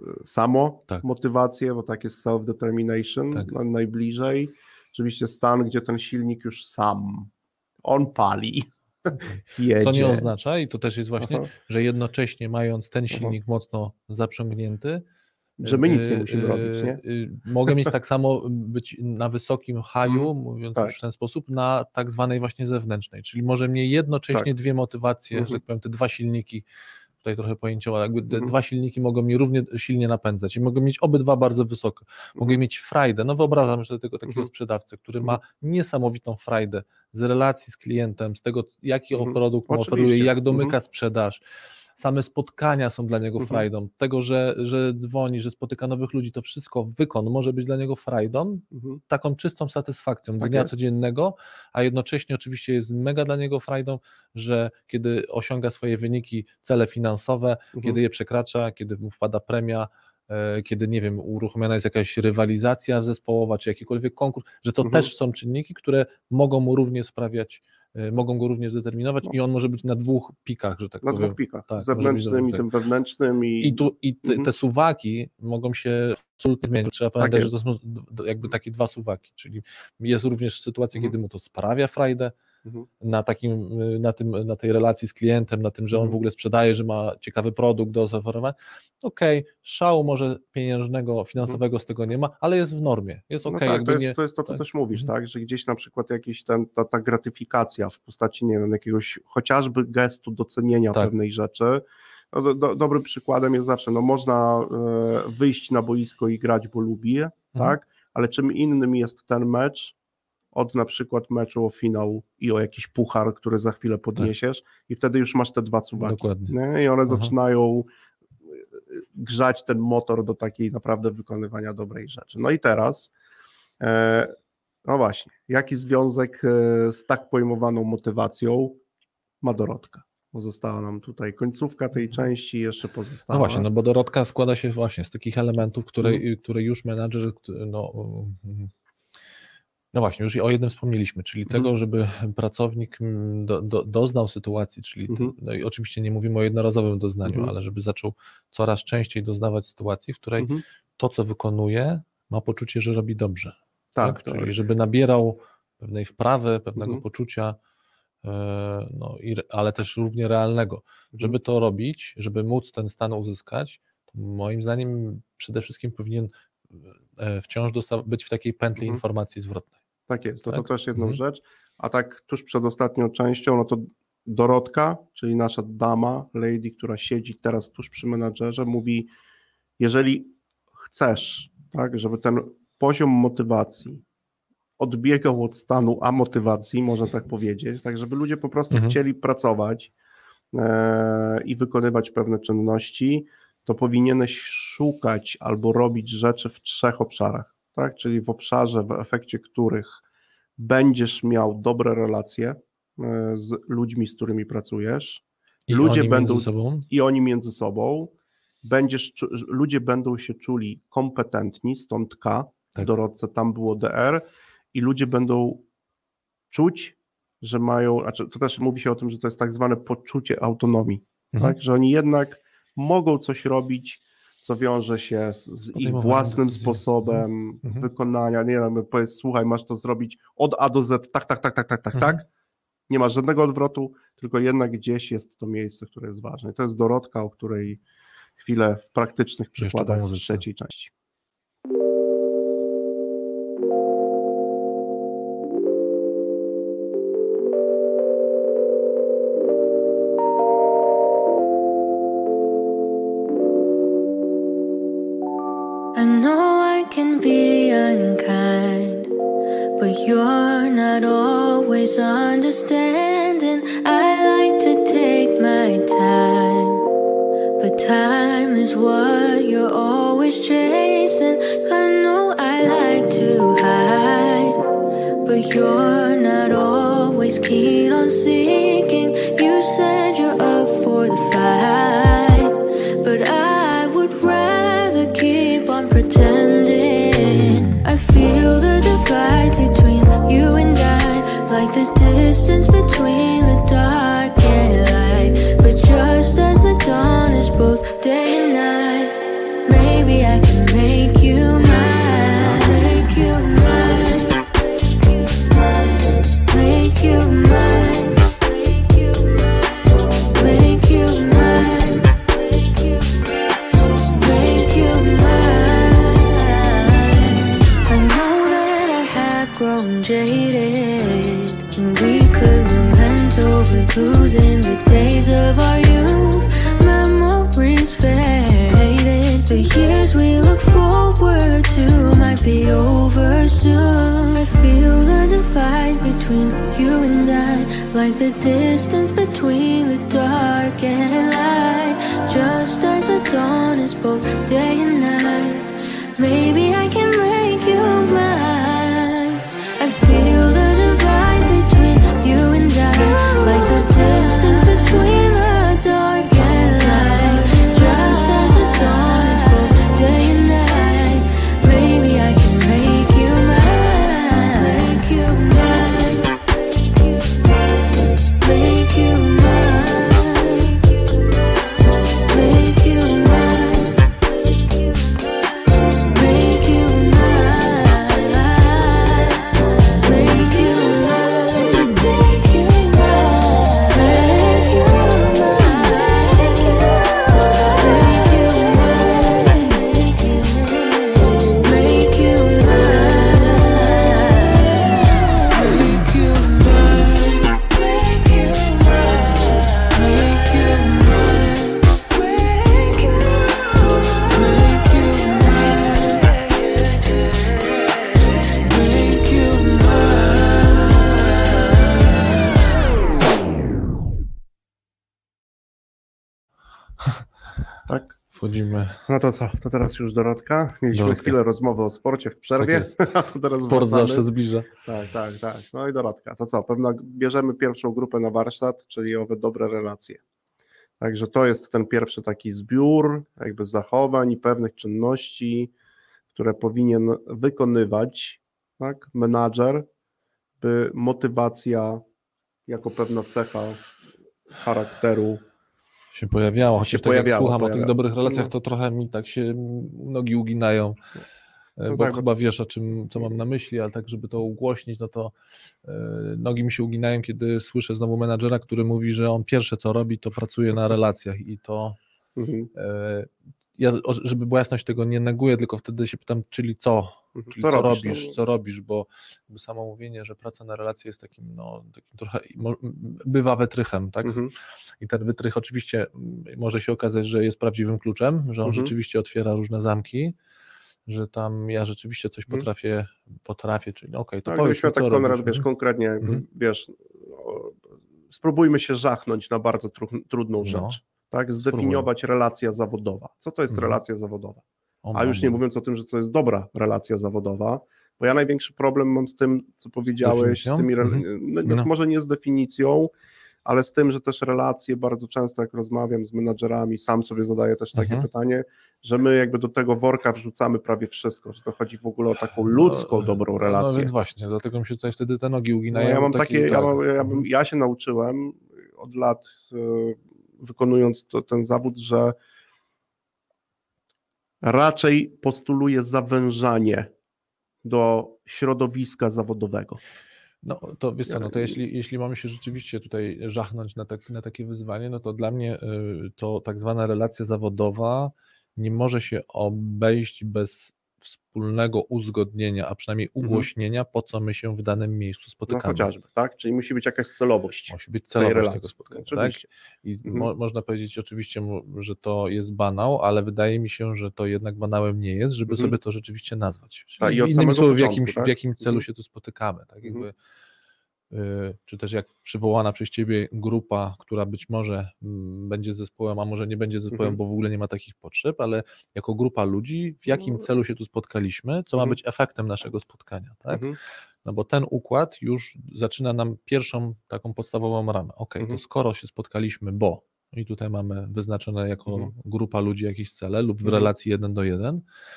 Speaker 1: samo tak. motywację, bo tak jest self-determination tak. najbliżej. Oczywiście stan, gdzie ten silnik już sam, on pali. Jedzie.
Speaker 2: Co nie oznacza, i to też jest właśnie, Aha. że jednocześnie mając ten silnik Aha. mocno zaprzęgnięty,
Speaker 1: że my nic nie musimy robić, nie?
Speaker 2: Mogę mieć tak samo być na wysokim haju, mm, mówiąc tak. już w ten sposób, na tak zwanej właśnie zewnętrznej, czyli może mnie jednocześnie tak. dwie motywacje, mm-hmm. że tak powiem, te dwa silniki, tutaj trochę pojęciowo, jakby te mm-hmm. dwa silniki mogą mnie równie silnie napędzać i mogę mieć obydwa bardzo wysoko. Mogę mm-hmm. mieć frajdę, no wyobrażam sobie tego takiego mm-hmm. sprzedawcę, który mm-hmm. ma niesamowitą frajdę z relacji z klientem, z tego, jaki mm-hmm. produkt mu oferuje, jak domyka mm-hmm. sprzedaż. Same spotkania są dla niego mhm. frajdą. Tego, że, że dzwoni, że spotyka nowych ludzi, to wszystko, wykon może być dla niego frajdą, mhm. taką czystą satysfakcją tak dnia jest. codziennego, a jednocześnie oczywiście jest mega dla niego frajdą, że kiedy osiąga swoje wyniki, cele finansowe, mhm. kiedy je przekracza, kiedy mu wpada premia, e, kiedy, nie wiem, uruchomiona jest jakaś rywalizacja zespołowa, czy jakikolwiek konkurs, że to mhm. też są czynniki, które mogą mu również sprawiać mogą go również determinować no. i on może być na dwóch pikach, że tak
Speaker 1: na
Speaker 2: powiem.
Speaker 1: Na dwóch pikach, tak, zewnętrznym i tym wewnętrznym. I,
Speaker 2: I, tu, i te, mhm. te suwaki mogą się absolutnie zmienić. Trzeba pamiętać, tak że to są jakby takie dwa suwaki, czyli jest również sytuacja, mhm. kiedy mu to sprawia frajdę, mhm. na, takim, na, tym, na tej relacji z klientem, na tym, że on mhm. w ogóle sprzedaje, że ma ciekawy produkt do zaoferowania. Okej, okay, szału może pieniężnego, finansowego mhm. z tego nie ma, ale jest w normie, jest okej. Okay,
Speaker 1: no tak, to, jest, to jest to, co tak. też mówisz, mhm. tak, że gdzieś na przykład jakiś ten, ta, ta gratyfikacja w postaci, nie wiem, jakiegoś chociażby gestu docenienia tak. pewnej rzeczy. No, do, do, dobrym przykładem jest zawsze, no można e, wyjść na boisko i grać, bo lubi, mhm. tak, ale czym innym jest ten mecz od na przykład meczu o finał i o jakiś puchar, który za chwilę podniesiesz tak. i wtedy już masz te dwa suwaki. Dokładnie. Nie? I one Aha. zaczynają grzać ten motor do takiej naprawdę wykonywania dobrej rzeczy. No i teraz, e, no właśnie, jaki związek e, z tak pojmowaną motywacją ma Dorotka? Bo została nam tutaj końcówka tej części, jeszcze pozostała.
Speaker 2: No właśnie, no bo Dorotka składa się właśnie z takich elementów, które, hmm. które już menadżer, no... No właśnie, już o jednym wspomnieliśmy, czyli mhm. tego, żeby pracownik do, do, doznał sytuacji, czyli mhm. no i oczywiście nie mówimy o jednorazowym doznaniu, mhm. ale żeby zaczął coraz częściej doznawać sytuacji, w której mhm. to, co wykonuje, ma poczucie, że robi dobrze. Tak, tak? Czyli tak. żeby nabierał pewnej wprawy, pewnego mhm. poczucia, no, i, ale też równie realnego. Mhm. Żeby to robić, żeby móc ten stan uzyskać, to moim zdaniem przede wszystkim powinien wciąż dosta- być w takiej pętli mhm. informacji zwrotnej.
Speaker 1: Tak jest, to,
Speaker 2: tak?
Speaker 1: to też jedną
Speaker 2: mhm.
Speaker 1: rzecz, a tak tuż przed ostatnią częścią, no to Dorotka, czyli nasza dama, lady, która siedzi teraz tuż przy menadżerze, mówi, jeżeli chcesz, tak, żeby ten poziom motywacji odbiegał od stanu amotywacji, można tak powiedzieć, tak żeby ludzie po prostu mhm. chcieli pracować e, i wykonywać pewne czynności, to powinieneś szukać albo robić rzeczy w trzech obszarach, tak? Czyli w obszarze, w efekcie których będziesz miał dobre relacje z ludźmi, z którymi pracujesz.
Speaker 2: I
Speaker 1: ludzie
Speaker 2: oni
Speaker 1: będą
Speaker 2: między sobą?
Speaker 1: I oni między sobą. Będziesz, ludzie będą się czuli kompetentni, stąd K, tak. w Dorotce tam było D R, i ludzie będą czuć, że mają, znaczy to też mówi się o tym, że to jest tak zwane poczucie autonomii, mhm. tak? Że oni jednak mogą coś robić, co wiąże się z, z ich własnym decyzji. sposobem mhm. wykonania. Nie wiem, powiedz, słuchaj, masz to zrobić od A do Z, tak, tak, tak, tak, tak, tak, mhm. tak. Nie ma żadnego odwrotu, tylko jednak gdzieś jest to miejsce, które jest ważne. I to jest Dorotka, o której chwilę w praktycznych przykładach w trzeciej części.
Speaker 3: I know I can be unkind, but you're not always understanding. I like to take my time, but time is what you're always chasing. I know I like to hide, but you're not always keen on seeking. You said you're up for the fight, but I would rather keep on pretending. I feel the divide between you and I, like the distance between the dark and light. But just as the dawn is both day and night, maybe I can make you mine, make you mine, make you mine, make you mine, make you mine, make you mine. I know that I have grown jaded, and we could lament over losing the days of our youth. Memories faded, the years we look forward to might be over soon. I feel the divide between you and I, like the distance between the dark and light. Just as the dawn is both day and night, maybe I can make you mine. I feel the divide between you and I, like the distance between the dark and light. Just as the dawn is both day and night, maybe I can make you mine, make you mine, make you mine, make you mine, make you mine, make you mine, make you mine, make you
Speaker 1: Tak?
Speaker 2: Wchodzimy.
Speaker 1: No to co, to teraz już Dorotka. Mieliśmy
Speaker 2: Dorotka.
Speaker 1: chwilę rozmowy o sporcie w przerwie.
Speaker 2: Tak
Speaker 1: a to teraz
Speaker 2: Sport
Speaker 1: wracamy.
Speaker 2: zawsze zbliża.
Speaker 1: Tak, tak, tak. No i Dorotka, to co, pewno bierzemy pierwszą grupę na warsztat, czyli owe dobre relacje. Także to jest ten pierwszy taki zbiór jakby zachowań i pewnych czynności, które powinien wykonywać, tak, menadżer, by motywacja jako pewna cecha charakteru
Speaker 2: się pojawiało, chociaż
Speaker 1: się
Speaker 2: tak
Speaker 1: pojawiało,
Speaker 2: jak słucham
Speaker 1: pojawiało.
Speaker 2: o tych dobrych relacjach,
Speaker 1: No.
Speaker 2: to trochę mi tak się nogi uginają,
Speaker 1: No
Speaker 2: bo
Speaker 1: tak,
Speaker 2: chyba wiesz, o czym, co mam na myśli, ale tak, żeby to ugłośnić, no to yy, nogi mi się uginają, kiedy słyszę znowu menadżera, który mówi, że on pierwsze co robi, to pracuje na relacjach i to
Speaker 1: Mhm.
Speaker 2: yy, ja, o- żeby była jasność, tego nie neguję, tylko wtedy się pytam, czyli co?
Speaker 1: Mhm.
Speaker 2: Czyli
Speaker 1: Co
Speaker 2: co,
Speaker 1: robisz,
Speaker 2: robisz,
Speaker 1: no?
Speaker 2: co robisz, bo jakby samo mówienie, że praca na relacje jest takim, no, takim trochę, mo- bywa wytrychem, tak?
Speaker 1: Mhm.
Speaker 2: I ten wytrych oczywiście mm, może się okazać, że jest prawdziwym kluczem, że on
Speaker 1: Mhm.
Speaker 2: rzeczywiście otwiera różne zamki, że tam ja rzeczywiście coś
Speaker 1: Mhm.
Speaker 2: potrafię, potrafię, czyli okej, to
Speaker 1: Tak,
Speaker 2: powiedz
Speaker 1: gdybyśmy
Speaker 2: mi,
Speaker 1: tak,
Speaker 2: co
Speaker 1: Konrad,
Speaker 2: robisz.
Speaker 1: wiesz,
Speaker 2: Mhm.
Speaker 1: konkretnie, jakby,
Speaker 2: Mhm.
Speaker 1: wiesz, no, spróbujmy się żachnąć na bardzo tru- trudną
Speaker 2: No.
Speaker 1: rzecz, tak, zdefiniować relacja zawodowa. Co to jest
Speaker 2: Mhm.
Speaker 1: relacja zawodowa?
Speaker 2: O,
Speaker 1: A już nie
Speaker 2: mam.
Speaker 1: mówiąc o tym, że to jest dobra relacja zawodowa, bo ja największy problem mam z tym, co powiedziałeś, z
Speaker 2: definicją?
Speaker 1: tymi, re-
Speaker 2: Mhm.
Speaker 1: no,
Speaker 2: No.
Speaker 1: może nie z definicją, ale z tym, że też relacje bardzo często, jak rozmawiam z menadżerami, sam sobie zadaję też takie
Speaker 2: Mhm.
Speaker 1: pytanie, że my jakby do tego worka wrzucamy prawie wszystko, że to chodzi w ogóle o taką ludzką,
Speaker 2: No,
Speaker 1: dobrą
Speaker 2: No
Speaker 1: relację.
Speaker 2: więc właśnie, dlatego mi się tutaj wtedy te nogi
Speaker 1: No,
Speaker 2: uginają.
Speaker 1: ja mam
Speaker 2: takie,
Speaker 1: takie, ja,
Speaker 2: tak.
Speaker 1: mam, ja, bym,
Speaker 2: Mhm.
Speaker 1: ja się nauczyłem od lat, y, wykonując to, ten zawód, że raczej postuluje zawężanie do środowiska zawodowego.
Speaker 2: No to wiesz co, no to jeśli, jeśli mamy się rzeczywiście tutaj żachnąć na, tak, na takie wyzwanie, no to dla mnie y, to tak zwana relacja zawodowa nie może się obejść bez wspólnego uzgodnienia, a przynajmniej ugłośnienia, mhm. po co my się w danym miejscu spotykamy.
Speaker 1: No chociażby, tak? Czyli musi być jakaś celowość.
Speaker 2: Musi być celowość tego spotkania, tak? I
Speaker 1: mhm.
Speaker 2: mo- można powiedzieć oczywiście, że to jest banał, ale wydaje mi się, że to jednak banałem nie jest, żeby mhm. sobie to rzeczywiście nazwać. Czyli tak, i innymi słowy, w jakim, tak? w jakim celu mhm. się tu spotykamy, tak? Jakby mhm. czy też jak przywołana przez Ciebie grupa, która być może będzie zespołem, a może nie będzie zespołem, mhm. bo w ogóle nie ma takich potrzeb, ale jako grupa ludzi, w jakim celu się tu spotkaliśmy, co mhm. ma być efektem naszego spotkania, tak? Mhm. No bo ten układ już zaczyna nam pierwszą taką podstawową ramę. Ok, mhm. to skoro się spotkaliśmy, bo i tutaj mamy wyznaczone jako mhm. grupa ludzi jakieś cele lub w mhm. relacji jeden do jeden,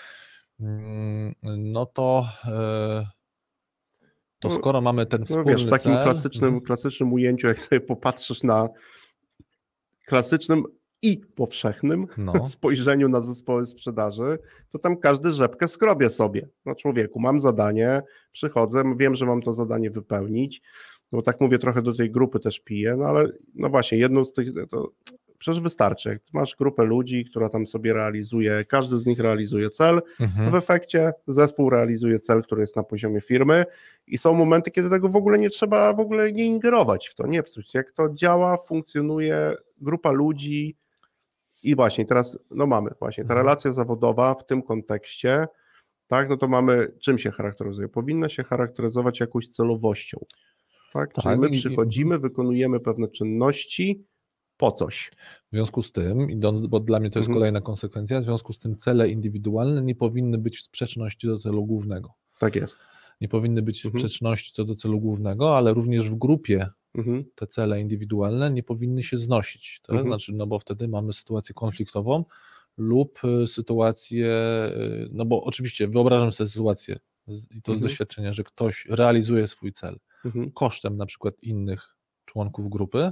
Speaker 2: no to yy, to skoro mamy ten wspólny
Speaker 1: no wiesz, w takim
Speaker 2: cel...
Speaker 1: klasycznym, mhm. klasycznym ujęciu, jak sobie popatrzysz na klasycznym i powszechnym no. spojrzeniu na zespoły sprzedaży, to tam każdy rzepkę skrobie sobie. No człowieku, mam zadanie, przychodzę, wiem, że mam to zadanie wypełnić, no tak mówię, trochę do tej grupy też piję, no ale no właśnie, jedną z tych, to przecież wystarczy, jak masz grupę ludzi, która tam sobie realizuje, każdy z nich realizuje cel, mhm. w efekcie zespół realizuje cel, który jest na poziomie firmy i są momenty, kiedy tego w ogóle nie trzeba w ogóle nie ingerować w to, nie psuć. Jak to działa, funkcjonuje, grupa ludzi i właśnie teraz, no mamy właśnie, ta
Speaker 2: mhm.
Speaker 1: relacja zawodowa w tym kontekście, tak, no to mamy, czym się charakteryzuje? Powinna się charakteryzować jakąś celowością, tak, tak czyli my przychodzimy, i... wykonujemy pewne czynności, po coś.
Speaker 2: W związku z tym, idąc, bo dla mnie to jest mhm. kolejna konsekwencja, w związku z tym cele indywidualne nie powinny być w sprzeczności do celu głównego.
Speaker 1: Tak jest.
Speaker 2: Nie powinny być w mhm. sprzeczności co do celu głównego, ale również w grupie mhm. te cele indywidualne nie powinny się znosić. To mhm. znaczy, no bo wtedy mamy sytuację konfliktową lub sytuację, no bo oczywiście wyobrażam sobie sytuację i to z mhm. doświadczenia, że ktoś realizuje swój cel mhm. kosztem na przykład innych członków grupy.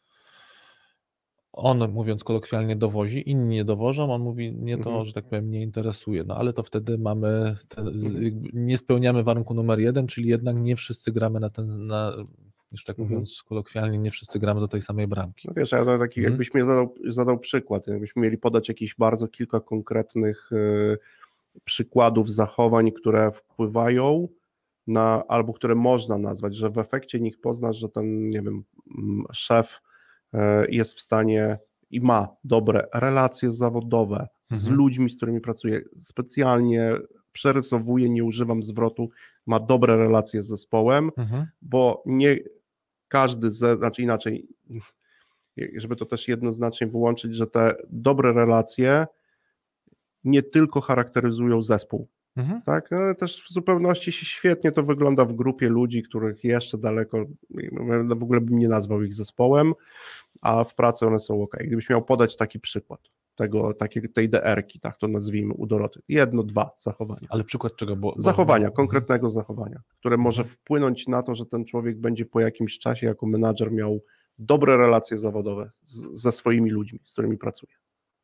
Speaker 2: On, mówiąc kolokwialnie, dowozi, inni nie dowożą, on mówi, mnie to, mhm. że tak powiem, nie interesuje, no ale to wtedy mamy, te, mhm. nie spełniamy warunku numer jeden, czyli jednak nie wszyscy gramy na ten, na, już tak mhm. mówiąc kolokwialnie, nie wszyscy gramy do tej samej bramki.
Speaker 1: No wiesz, ja taki, mhm. jakbyś mnie zadał, zadał przykład, jakbyśmy mieli podać jakiś bardzo kilka konkretnych y, przykładów zachowań, które wpływają na, albo które można nazwać, że w efekcie nich poznasz, że ten, nie wiem, szef jest w stanie i ma dobre relacje zawodowe mhm. z ludźmi, z którymi pracuje, specjalnie przerysowuję, nie używam zwrotu, ma dobre relacje z zespołem, mhm. bo nie każdy, ze, znaczy inaczej, żeby to też jednoznacznie wyłączyć, że te dobre relacje nie tylko charakteryzują zespół, mhm. tak, ale też w zupełności się świetnie to wygląda w grupie ludzi, których jeszcze daleko, w ogóle bym nie nazwał ich zespołem, a w pracy one są ok. Gdybyś miał podać taki przykład tego, takiej, tej D R-ki, tak to nazwijmy u Doroty, jedno, dwa zachowania.
Speaker 2: Ale przykład czego? Bo, bo...
Speaker 1: Zachowania, konkretnego mhm. zachowania, które mhm. może wpłynąć na to, że ten człowiek będzie po jakimś czasie jako menadżer miał dobre relacje zawodowe z, ze swoimi ludźmi, z którymi pracuje.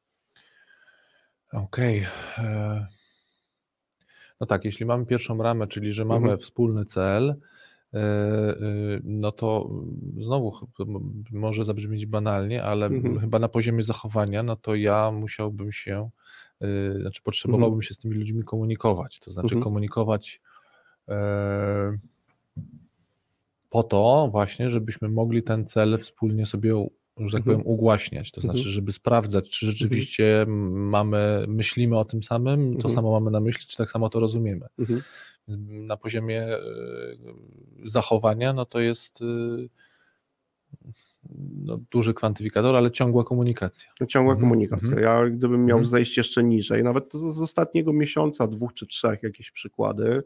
Speaker 2: Okej. Okay. No tak, jeśli mamy pierwszą ramę, czyli że mamy mhm. wspólny cel, no to znowu może zabrzmieć banalnie, ale mhm. chyba na poziomie zachowania, no to ja musiałbym się, znaczy potrzebowałbym mhm. się z tymi ludźmi komunikować, to znaczy mhm. komunikować po to właśnie, żebyśmy mogli ten cel wspólnie sobie, że tak powiem, ugłaśniać, to znaczy, żeby sprawdzać, czy rzeczywiście mamy, myślimy o tym samym, to mhm. samo mamy na myśli, czy tak samo to rozumiemy. Mhm. Na poziomie zachowania, no to jest no, duży kwantyfikator, ale ciągła komunikacja.
Speaker 1: Ciągła
Speaker 2: mhm.
Speaker 1: komunikacja.
Speaker 2: Mhm.
Speaker 1: Ja gdybym miał mhm. zejść jeszcze niżej, nawet z ostatniego miesiąca, dwóch czy trzech jakieś przykłady,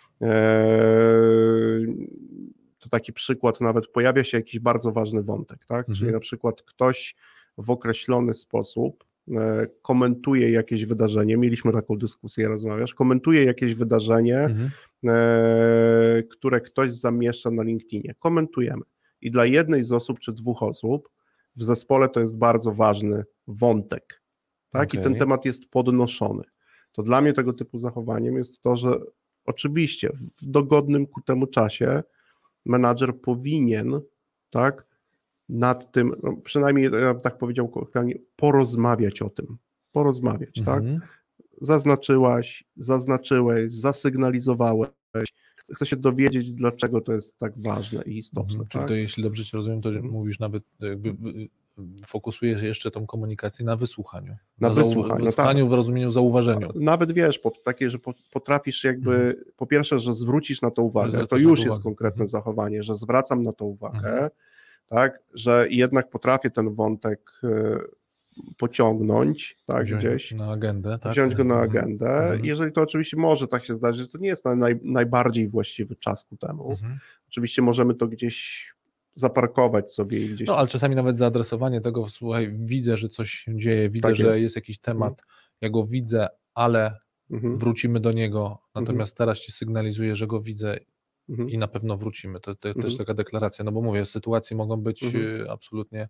Speaker 1: to taki przykład, nawet pojawia się jakiś bardzo ważny wątek, tak? Mhm. Czyli na przykład ktoś w określony sposób komentuje jakieś wydarzenie, mieliśmy taką dyskusję, rozmawiasz, komentuje jakieś wydarzenie, mhm. e, które ktoś zamieszcza na LinkedInie. Komentujemy. I dla jednej z osób czy dwóch osób w zespole to jest bardzo ważny wątek. Tak? Okay. I ten temat jest podnoszony. to dla mnie tego typu zachowaniem jest to, że oczywiście w dogodnym ku temu czasie menadżer powinien, tak, nad tym, no przynajmniej ja bym tak powiedział kolokwialnie, porozmawiać o tym, porozmawiać,
Speaker 2: Mhm.
Speaker 1: tak? Zaznaczyłaś, zaznaczyłeś, zasygnalizowałeś, chcę się dowiedzieć, dlaczego to jest tak ważne i istotne.
Speaker 2: Mhm. Czyli
Speaker 1: tak?
Speaker 2: to, jeśli dobrze Cię rozumiem, to
Speaker 1: Mhm.
Speaker 2: mówisz nawet, jakby w- fokusujesz jeszcze tą komunikację na wysłuchaniu.
Speaker 1: Na
Speaker 2: zau-
Speaker 1: wysłuchaniu,
Speaker 2: wysłuchaniu
Speaker 1: tak.
Speaker 2: w rozumieniu zauważeniu.
Speaker 1: Nawet wiesz, po, takie, że po, potrafisz jakby,
Speaker 2: Mhm.
Speaker 1: po pierwsze, że zwrócisz na to uwagę,
Speaker 2: zwracasz
Speaker 1: to
Speaker 2: na
Speaker 1: już
Speaker 2: to
Speaker 1: jest
Speaker 2: uwagę.
Speaker 1: konkretne
Speaker 2: Mhm.
Speaker 1: zachowanie, że zwracam na to uwagę,
Speaker 2: Mhm.
Speaker 1: tak, że jednak potrafię ten wątek y, pociągnąć, tak,
Speaker 2: Wziąć
Speaker 1: gdzieś,
Speaker 2: na agendę, tak?
Speaker 1: wziąć go na
Speaker 2: Mhm.
Speaker 1: agendę.
Speaker 2: Mhm.
Speaker 1: Jeżeli to oczywiście może tak się zdarzyć, że to nie jest naj, najbardziej właściwy czas ku temu.
Speaker 2: Mhm.
Speaker 1: Oczywiście możemy to gdzieś zaparkować sobie i gdzieś...
Speaker 2: No, ale czasami nawet zaadresowanie tego, słuchaj, widzę, że coś się dzieje, widzę,
Speaker 1: Tak
Speaker 2: że
Speaker 1: jest.
Speaker 2: jest jakiś temat, ja go widzę, ale
Speaker 1: Mhm.
Speaker 2: wrócimy do niego, natomiast
Speaker 1: Mhm.
Speaker 2: teraz Ci sygnalizuję, że go widzę
Speaker 1: Mhm.
Speaker 2: i na pewno wrócimy. To, to
Speaker 1: Mhm.
Speaker 2: też taka deklaracja, no bo mówię, sytuacje mogą być
Speaker 1: Mhm.
Speaker 2: y, absolutnie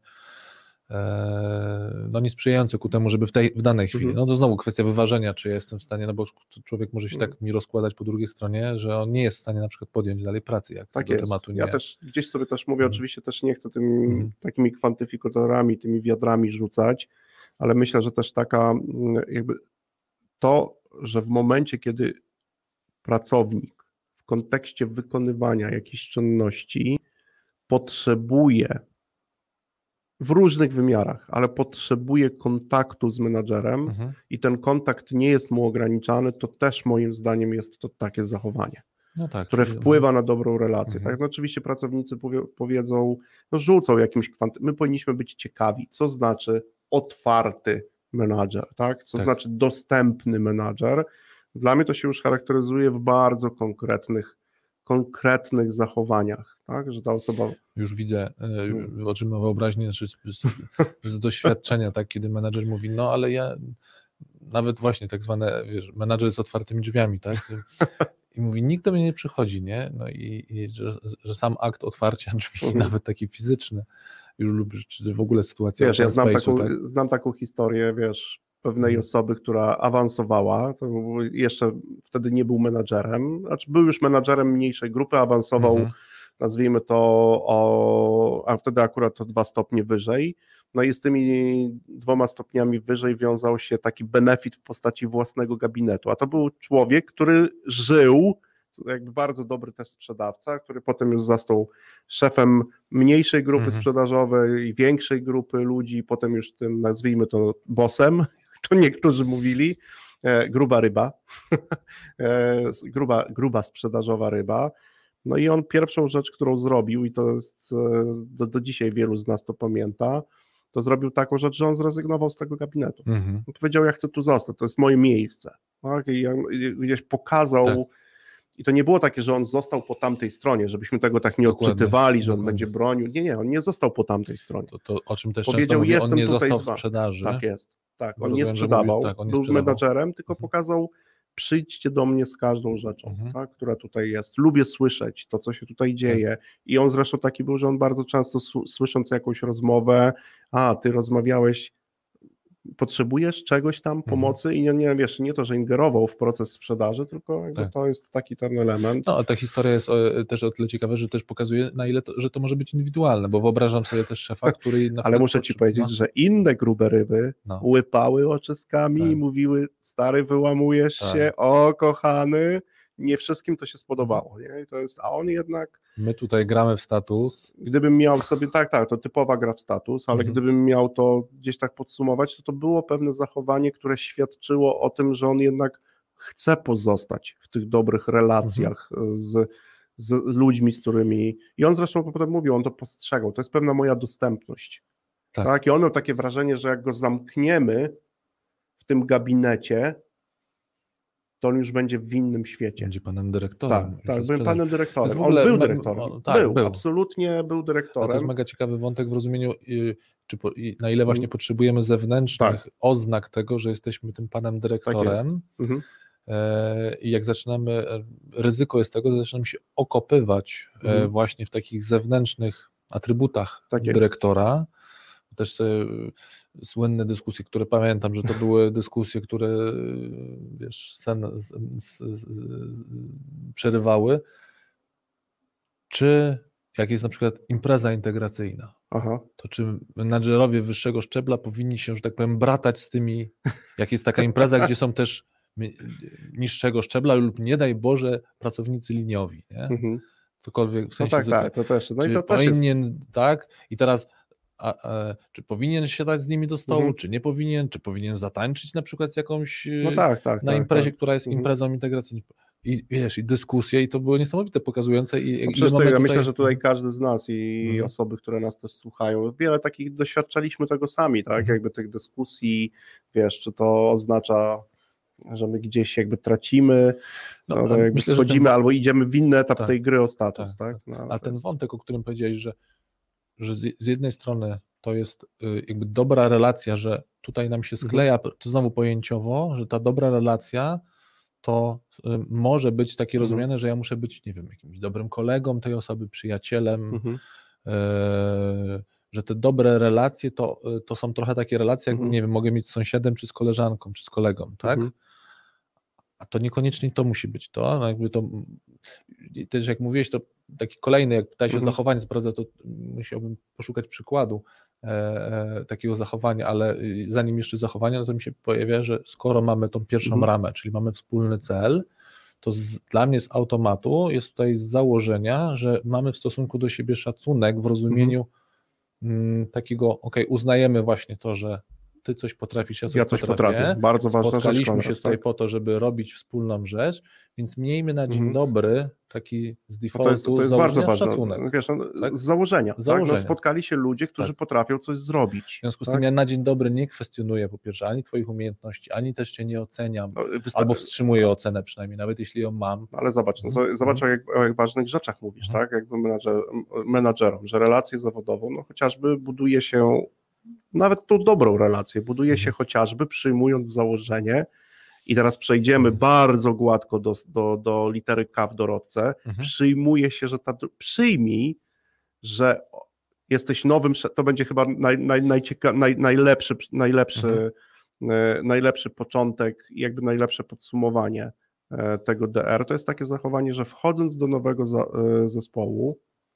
Speaker 2: e, no niesprzyjające ku temu, żeby w, tej, w danej chwili,
Speaker 1: Mhm.
Speaker 2: no to znowu kwestia wyważenia, czy ja jestem w stanie, no bo człowiek może się
Speaker 1: Mhm.
Speaker 2: tak mi rozkładać po drugiej stronie, że on nie jest w stanie na przykład podjąć dalej pracy, jak
Speaker 1: Tak
Speaker 2: tego
Speaker 1: jest.
Speaker 2: tematu nie.
Speaker 1: Ja też gdzieś sobie też mówię,
Speaker 2: Mhm.
Speaker 1: oczywiście też nie chcę tymi
Speaker 2: Mhm.
Speaker 1: takimi kwantyfikatorami, tymi wiadrami rzucać, ale myślę, że też taka mm, jakby to, że w momencie, kiedy pracownik w kontekście wykonywania jakichś czynności potrzebuje w różnych wymiarach, ale potrzebuje kontaktu z menadżerem
Speaker 2: Mhm.
Speaker 1: i ten kontakt nie jest mu ograniczany, to też moim zdaniem jest to takie zachowanie,
Speaker 2: No tak,
Speaker 1: które
Speaker 2: czyli-
Speaker 1: wpływa na dobrą relację.
Speaker 2: Mhm.
Speaker 1: Tak? No oczywiście pracownicy powie, powiedzą, no rzucą jakimś kwant... My powinniśmy być ciekawi, co znaczy otwarty menadżer, tak? Co
Speaker 2: Tak.
Speaker 1: znaczy dostępny menadżer. Dla mnie to się już charakteryzuje w bardzo konkretnych, konkretnych zachowaniach, tak? Że ta osoba...
Speaker 2: Już widzę,
Speaker 1: Hmm.
Speaker 2: y, otrzymam wyobraźnię, znaczy z, z, z doświadczenia, tak, kiedy menadżer mówi, no ale ja nawet właśnie tak zwane, wiesz, menadżer z otwartymi drzwiami, tak, z, i mówi, nikt do mnie nie przychodzi, nie, no i, i że, że sam akt otwarcia drzwi,
Speaker 1: Mhm.
Speaker 2: nawet taki fizyczny, już lub czy w ogóle sytuacja
Speaker 1: Wiesz, ja
Speaker 2: open
Speaker 1: znam
Speaker 2: space'u,
Speaker 1: taką,
Speaker 2: tak?
Speaker 1: znam taką historię, wiesz, pewnej
Speaker 2: Mhm.
Speaker 1: osoby, która awansowała, to był- jeszcze wtedy nie był menadżerem, znaczy był już menadżerem mniejszej grupy, awansował,
Speaker 2: Mhm.
Speaker 1: nazwijmy to, o, a wtedy akurat o dwa stopnie wyżej, no i z tymi dwoma stopniami wyżej wiązał się taki benefit w postaci własnego gabinetu, a to był człowiek, który żył, jakby bardzo dobry też sprzedawca, który potem już został szefem mniejszej grupy
Speaker 2: Mhm.
Speaker 1: sprzedażowej i większej grupy ludzi, potem już tym, nazwijmy to, bossem, to niektórzy mówili, e, gruba ryba, e, gruba, gruba sprzedażowa ryba. No i on pierwszą rzecz, którą zrobił, i to jest, e, do, do dzisiaj wielu z nas to pamięta, to zrobił taką rzecz, że on zrezygnował z tego gabinetu.
Speaker 2: Mhm.
Speaker 1: Powiedział, ja chcę tu zostać, to jest moje miejsce. Tak? I ja- i gdzieś pokazał,
Speaker 2: Tak.
Speaker 1: i to nie było takie, że on został po tamtej stronie, żebyśmy tego tak nie
Speaker 2: Dokładnie,
Speaker 1: odczytywali, że on
Speaker 2: dokładnie.
Speaker 1: będzie bronił. Nie, nie, on nie został po tamtej stronie.
Speaker 2: To, to o czym też często
Speaker 1: Powiedział,
Speaker 2: mówię, on
Speaker 1: jestem
Speaker 2: nie
Speaker 1: tutaj
Speaker 2: został
Speaker 1: z
Speaker 2: w
Speaker 1: wami.
Speaker 2: sprzedaży.
Speaker 1: Tak jest, tak,
Speaker 2: Bo
Speaker 1: on nie
Speaker 2: rozumiem, że
Speaker 1: sprzedawał,
Speaker 2: mówił- tak, on nie
Speaker 1: był
Speaker 2: sprzedawał.
Speaker 1: menadżerem, tylko
Speaker 2: Mhm.
Speaker 1: pokazał, przyjdźcie do mnie z każdą rzeczą,
Speaker 2: Mhm.
Speaker 1: tak, która tutaj jest. Lubię słyszeć to, co się tutaj dzieje. I on zresztą taki był, że on bardzo często s- słysząc jakąś rozmowę, a ty rozmawiałeś, potrzebujesz czegoś tam, pomocy i nie, nie wiesz, nie to, że ingerował w proces sprzedaży, tylko jakby
Speaker 2: Tak.
Speaker 1: to jest taki ten element.
Speaker 2: No, ale ta historia jest o, też o tyle ciekawa, że też pokazuje, na ile to, że to może być indywidualne, bo wyobrażam sobie też szefa, który... Na
Speaker 1: Ale
Speaker 2: przykład
Speaker 1: muszę ci
Speaker 2: potrze-
Speaker 1: powiedzieć,
Speaker 2: no,
Speaker 1: że inne grube ryby
Speaker 2: No.
Speaker 1: łypały oczyskami
Speaker 2: Tak.
Speaker 1: i mówiły, stary, wyłamujesz
Speaker 2: Tak.
Speaker 1: się, o kochany, nie wszystkim to się spodobało, nie? I to jest, a on jednak,
Speaker 2: My tutaj gramy w status.
Speaker 1: gdybym miał sobie, tak, tak, to typowa gra w status, ale
Speaker 2: Mhm.
Speaker 1: gdybym miał to gdzieś tak podsumować, to to było pewne zachowanie, które świadczyło o tym, że on jednak chce pozostać w tych dobrych relacjach
Speaker 2: Mhm.
Speaker 1: z, z ludźmi, z którymi, i on zresztą potem mówił, on to postrzegał, to jest pewna moja dostępność.
Speaker 2: Tak.
Speaker 1: Tak. I on miał takie wrażenie, że jak go zamkniemy w tym gabinecie, to on już będzie w innym świecie.
Speaker 2: Będzie panem dyrektorem.
Speaker 1: Tak,
Speaker 2: już
Speaker 1: tak,
Speaker 2: jest
Speaker 1: byłem
Speaker 2: sprzedaż.
Speaker 1: panem
Speaker 2: To jest
Speaker 1: dyrektorem.
Speaker 2: w ogóle
Speaker 1: On był
Speaker 2: me-
Speaker 1: dyrektorem.
Speaker 2: o, tak,
Speaker 1: był,
Speaker 2: był.
Speaker 1: absolutnie był
Speaker 2: Ale to
Speaker 1: dyrektorem.
Speaker 2: jest mega ciekawy wątek w rozumieniu, y, czy po, i na ile właśnie
Speaker 1: Mhm.
Speaker 2: potrzebujemy zewnętrznych
Speaker 1: Tak.
Speaker 2: oznak tego, że jesteśmy tym panem dyrektorem.
Speaker 1: Mhm.
Speaker 2: E, I jak zaczynamy, e, ryzyko jest tego, że zaczynamy się okopywać e,
Speaker 1: Mhm.
Speaker 2: właśnie w takich zewnętrznych atrybutach
Speaker 1: Tak jest.
Speaker 2: dyrektora, też sobie słynne dyskusje, które pamiętam, że to były dyskusje, które wiesz, sen z, z, z, przerywały, czy jak jest na przykład impreza integracyjna,
Speaker 1: Aha.
Speaker 2: to czy menadżerowie wyższego szczebla powinni się, że tak powiem, bratać z tymi, jak jest taka impreza, gdzie są też niższego szczebla lub nie daj Boże pracownicy liniowi, nie?
Speaker 1: Mhm.
Speaker 2: Cokolwiek w sensie.
Speaker 1: No tak, tak, to też. No
Speaker 2: czy
Speaker 1: i to też
Speaker 2: powinien,
Speaker 1: jest...
Speaker 2: tak? I teraz a, a, czy powinien siadać z nimi do stołu,
Speaker 1: Mhm.
Speaker 2: czy nie powinien, czy powinien zatańczyć na przykład z jakąś
Speaker 1: No tak, tak,
Speaker 2: na
Speaker 1: tak,
Speaker 2: imprezie,
Speaker 1: tak.
Speaker 2: która jest
Speaker 1: Mhm.
Speaker 2: imprezą integracyjną. I wiesz, i dyskusje, i to było niesamowite, pokazujące. I,
Speaker 1: No
Speaker 2: ile
Speaker 1: przecież to,
Speaker 2: mamy
Speaker 1: ja
Speaker 2: tutaj...
Speaker 1: myślę, że tutaj każdy z nas i
Speaker 2: Mhm.
Speaker 1: osoby, które nas też słuchają, wiele takich doświadczaliśmy tego sami, tak?
Speaker 2: Mhm.
Speaker 1: Jakby tych dyskusji, wiesz, czy to oznacza, że my gdzieś jakby tracimy,
Speaker 2: No,
Speaker 1: no,
Speaker 2: a
Speaker 1: to jakby
Speaker 2: myślę, że ten
Speaker 1: schodzimy
Speaker 2: wo-
Speaker 1: albo idziemy w inny etap
Speaker 2: Tak,
Speaker 1: tej gry o status,
Speaker 2: tak,
Speaker 1: tak? No,
Speaker 2: A
Speaker 1: to
Speaker 2: ten
Speaker 1: jest...
Speaker 2: wątek, o którym powiedziałeś, że, że z, z jednej strony to jest y, jakby dobra relacja, że tutaj nam się skleja, to znowu pojęciowo, że ta dobra relacja to y, może być takie
Speaker 1: Mhm.
Speaker 2: rozumiane, że ja muszę być, nie wiem, jakimś dobrym kolegą tej osoby, przyjacielem,
Speaker 1: Mhm.
Speaker 2: y, że te dobre relacje to, y, to są trochę takie relacje, jakby,
Speaker 1: Mhm.
Speaker 2: nie wiem, mogę mieć z sąsiadem, czy z koleżanką, czy z kolegą, tak?
Speaker 1: Mhm.
Speaker 2: A to niekoniecznie to musi być to, no jakby to i też jak mówiłeś, to taki kolejny, jak pytałeś
Speaker 1: Mhm.
Speaker 2: o zachowanie, sprawdzę, to musiałbym poszukać przykładu e, e, takiego zachowania, ale y, zanim jeszcze zachowania, no to mi się pojawia, że skoro mamy tą pierwszą
Speaker 1: Mhm.
Speaker 2: ramę, czyli mamy wspólny cel, to z, dla mnie z automatu jest tutaj z założenia, że mamy w stosunku do siebie szacunek w rozumieniu mm, takiego, ok, uznajemy właśnie to, że ty coś potrafisz, ja coś,
Speaker 1: Ja coś
Speaker 2: potrafię.
Speaker 1: potrafię. Bardzo ważna rzecz,
Speaker 2: Spotkaliśmy
Speaker 1: Konrad,
Speaker 2: się tutaj
Speaker 1: tak?
Speaker 2: po to, żeby robić wspólną rzecz, więc miejmy na dzień
Speaker 1: Mhm.
Speaker 2: dobry taki z
Speaker 1: No
Speaker 2: defaultu
Speaker 1: to jest, to jest
Speaker 2: z
Speaker 1: bardzo
Speaker 2: założenia
Speaker 1: ważne.
Speaker 2: szacunek.
Speaker 1: Wiesz, no,
Speaker 2: tak?
Speaker 1: z założenia.
Speaker 2: Z
Speaker 1: Tak?
Speaker 2: założenia.
Speaker 1: No, spotkali się ludzie, którzy
Speaker 2: Tak.
Speaker 1: potrafią coś zrobić.
Speaker 2: W związku z
Speaker 1: tak?
Speaker 2: tym ja na dzień dobry nie kwestionuję po pierwsze ani twoich umiejętności, ani też cię nie oceniam,
Speaker 1: No, wysta-
Speaker 2: albo wstrzymuję ocenę przynajmniej, nawet jeśli ją mam.
Speaker 1: No, ale zobacz, no to
Speaker 2: Mhm.
Speaker 1: zobacz o jak, o jak ważnych rzeczach mówisz,
Speaker 2: Mhm.
Speaker 1: tak? Jakby menadżer, menadżerom, że relację zawodową, no chociażby buduje się, nawet tą dobrą relację, buduje się
Speaker 2: Mhm.
Speaker 1: chociażby przyjmując założenie, i teraz przejdziemy
Speaker 2: Mhm.
Speaker 1: bardzo gładko do, do, do litery K w dorodce,
Speaker 2: Mhm.
Speaker 1: przyjmuje się, że ta, przyjmij, że jesteś nowym, sze- to będzie chyba naj, naj, najcieka, naj, najlepszy, najlepszy,
Speaker 2: Mhm.
Speaker 1: e, najlepszy początek i jakby najlepsze podsumowanie e, tego D R, to jest takie zachowanie, że wchodząc do nowego za, e, zespołu,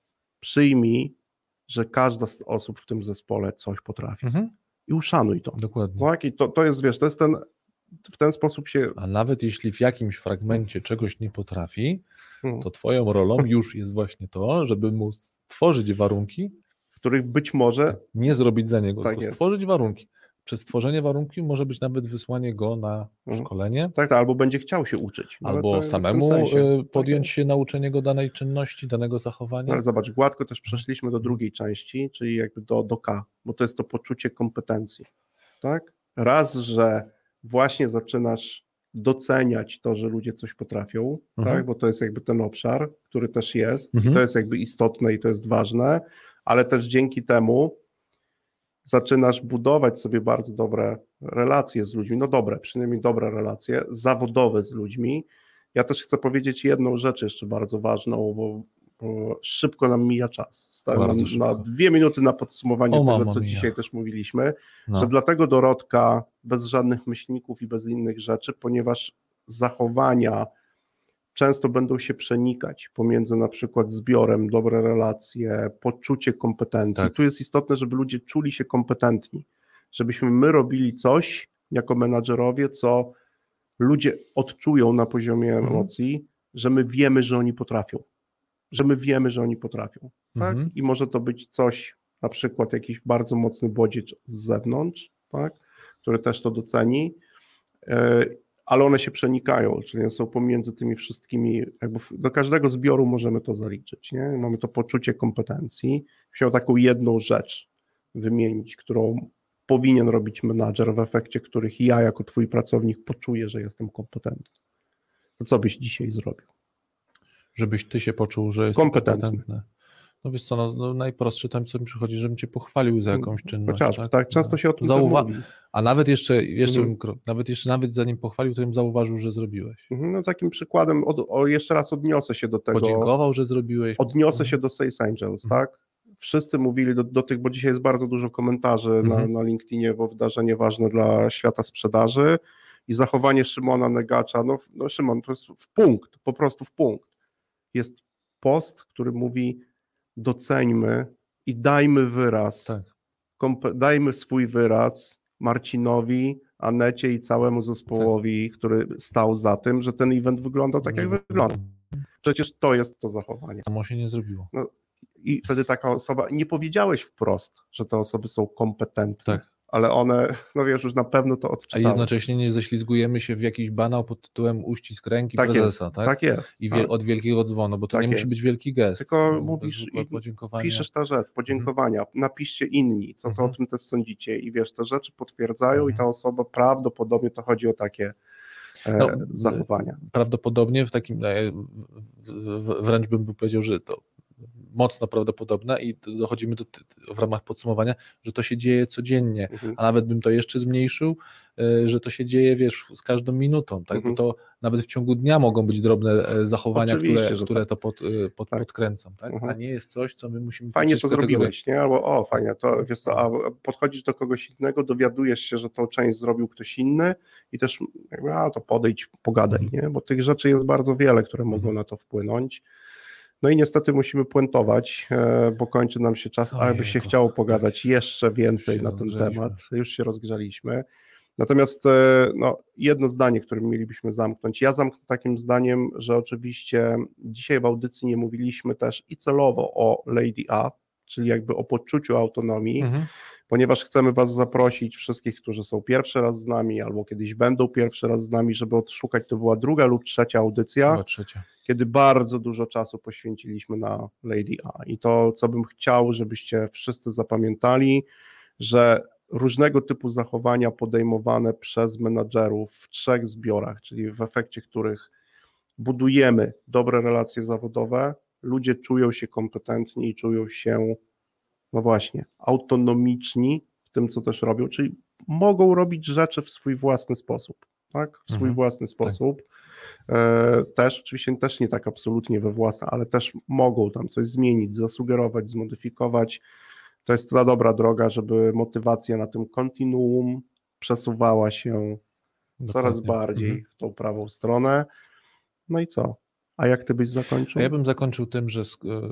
Speaker 1: przyjmij, że każda z osób w tym zespole coś potrafi
Speaker 2: Mhm.
Speaker 1: i uszanuj to.
Speaker 2: Dokładnie.
Speaker 1: Tak? I to, to jest, wiesz, to jest ten, w ten sposób się...
Speaker 2: A nawet jeśli w jakimś fragmencie czegoś nie potrafi,
Speaker 1: Hmm.
Speaker 2: to twoją rolą już jest właśnie to, żeby mu stworzyć warunki,
Speaker 1: w których być może...
Speaker 2: nie zrobić za niego,
Speaker 1: Tak
Speaker 2: tylko
Speaker 1: jest.
Speaker 2: stworzyć warunki. Przez stworzenie warunków może być nawet wysłanie go na
Speaker 1: Mhm.
Speaker 2: szkolenie,
Speaker 1: Tak, tak, albo będzie chciał się uczyć. Nawet
Speaker 2: albo
Speaker 1: to w tym
Speaker 2: samemu
Speaker 1: sensie.
Speaker 2: y, podjąć się nauczenia go danej czynności, danego
Speaker 1: No
Speaker 2: zachowania.
Speaker 1: ale zobacz, gładko też przeszliśmy do drugiej części, czyli jakby do, do K, bo to jest to poczucie kompetencji, tak? Raz, że właśnie zaczynasz doceniać to, że ludzie coś potrafią,
Speaker 2: Mhm.
Speaker 1: tak? Bo to jest jakby ten obszar, który też jest
Speaker 2: Mhm.
Speaker 1: i to jest jakby istotne i to jest ważne, ale też dzięki temu zaczynasz budować sobie bardzo dobre relacje z ludźmi, no dobre, przynajmniej dobre relacje zawodowe z ludźmi. Ja też chcę powiedzieć jedną rzecz jeszcze bardzo ważną, bo, bo szybko nam mija czas. Stałem
Speaker 2: Bardzo
Speaker 1: na,
Speaker 2: szybko.
Speaker 1: na dwie minuty na podsumowanie
Speaker 2: O,
Speaker 1: tego,
Speaker 2: mamo
Speaker 1: co
Speaker 2: mia.
Speaker 1: dzisiaj też mówiliśmy,
Speaker 2: No.
Speaker 1: że dlatego Dorotka bez żadnych myślników i bez innych rzeczy, ponieważ zachowania często będą się przenikać pomiędzy na przykład zbiorem, dobre relacje, poczucie kompetencji.
Speaker 2: Tak.
Speaker 1: Tu jest istotne, żeby ludzie czuli się kompetentni, żebyśmy my robili coś jako menadżerowie, co ludzie odczują na poziomie
Speaker 2: Mhm.
Speaker 1: emocji, że my wiemy, że oni potrafią, że my wiemy, że oni potrafią. Tak?
Speaker 2: Mhm.
Speaker 1: I może to być coś, na przykład jakiś bardzo mocny bodziec z zewnątrz, tak? Który też to doceni, yy, ale one się przenikają, czyli są pomiędzy tymi wszystkimi, jakby do każdego zbioru możemy to zaliczyć, nie? Mamy to poczucie kompetencji. Chciał taką jedną rzecz wymienić, którą powinien robić menadżer, w efekcie których ja jako twój pracownik poczuję, że jestem kompetentny. To co byś dzisiaj zrobił?
Speaker 2: Żebyś ty się poczuł, że jest
Speaker 1: Kompetentny.
Speaker 2: kompetentny. No wiesz co, no, no najprostsze tam co mi przychodzi, żebym cię pochwalił za jakąś czynność.
Speaker 1: Chociażby, tak, często
Speaker 2: No.
Speaker 1: się o tym
Speaker 2: Zauwa-
Speaker 1: mówi.
Speaker 2: A nawet jeszcze, jeszcze
Speaker 1: Mhm.
Speaker 2: bym krok, nawet jeszcze nawet zanim pochwalił, to bym zauważył, że zrobiłeś.
Speaker 1: Mhm, no takim przykładem, od, o, jeszcze raz odniosę się do tego,
Speaker 2: Podziękował, że zrobiłeś.
Speaker 1: odniosę się do Sales Angels,
Speaker 2: Mhm.
Speaker 1: tak? wszyscy mówili do, do tych, bo dzisiaj jest bardzo dużo komentarzy mhm. na, na LinkedInie, bo wydarzenie ważne dla świata sprzedaży i zachowanie Szymona Negacza, no, no Szymon, to jest w punkt, po prostu w punkt. Jest post, który mówi doceńmy i dajmy wyraz, tak. komp- dajmy swój wyraz Marcinowi, Anecie i całemu zespołowi, tak. który stał za tym, że ten event wyglądał tak, jak wygląda. Przecież to jest to zachowanie.
Speaker 2: Samo się nie zrobiło.
Speaker 1: No, i wtedy taka osoba, nie powiedziałeś wprost, że te osoby są kompetentne, tak. ale one, no wiesz, już na pewno to odczytały.
Speaker 2: A jednocześnie nie ześlizgujemy się w jakiś banał pod tytułem uścisk ręki tak prezesa,
Speaker 1: jest,
Speaker 2: tak?
Speaker 1: Tak jest.
Speaker 2: I wiel- od wielkiego dzwonu, bo to tak nie jest. Musi być wielki gest.
Speaker 1: Tylko no, mówisz i piszesz ta rzecz, podziękowania, mhm. napiszcie inni, co to mhm. o tym też sądzicie i wiesz, te rzeczy potwierdzają mhm. i ta osoba prawdopodobnie to chodzi o takie e, no, zachowania.
Speaker 2: Prawdopodobnie w takim, wręcz bym powiedział, że to mocno prawdopodobne i dochodzimy do, w ramach podsumowania, że to się dzieje codziennie, mhm. a nawet bym to jeszcze zmniejszył, że to się dzieje, wiesz, z każdą minutą, tak? Mhm. Bo to nawet w ciągu dnia mogą być drobne zachowania, które, które tak. to pod, pod, tak. podkręcą, tak? Mhm. A nie jest coś, co my musimy...
Speaker 1: Fajnie to zrobiłeś, nie? Albo o, fajnie, to wiesz co, a podchodzisz do kogoś innego, dowiadujesz się, że tą część zrobił ktoś inny i też jakby, a to podejdź, pogadaj, mhm. nie? Bo tych rzeczy jest bardzo wiele, które mogą mhm. na to wpłynąć. No i niestety musimy puentować, bo kończy nam się czas, a jakby się chciało pogadać jeszcze więcej na ten temat. Już się rozgrzaliśmy. Natomiast no, jedno zdanie, którym mielibyśmy zamknąć. Ja zamknę takim zdaniem, że oczywiście dzisiaj w audycji nie mówiliśmy też i celowo o Lady A, czyli jakby o poczuciu autonomii, mhm. ponieważ chcemy Was zaprosić, wszystkich, którzy są pierwszy raz z nami albo kiedyś będą pierwszy raz z nami, żeby odszukać, to była druga lub trzecia audycja,
Speaker 2: była trzecia. Kiedy
Speaker 1: bardzo dużo czasu poświęciliśmy na Lady A. I to, co bym chciał, żebyście wszyscy zapamiętali, że różnego typu zachowania podejmowane przez menadżerów w trzech zbiorach, czyli w efekcie których budujemy dobre relacje zawodowe, ludzie czują się kompetentni i czują się, no właśnie, autonomiczni w tym, co też robią, czyli mogą robić rzeczy w swój własny sposób, tak? W swój mhm, własny sposób. Tak. E, też oczywiście też nie tak absolutnie we własne, ale też mogą tam coś zmienić, zasugerować, zmodyfikować. To jest ta dobra droga, żeby motywacja na tym kontinuum przesuwała się Dokładnie. coraz bardziej mhm. w tą prawą stronę. No i co? A jak ty byś zakończył?
Speaker 2: A ja bym zakończył tym, że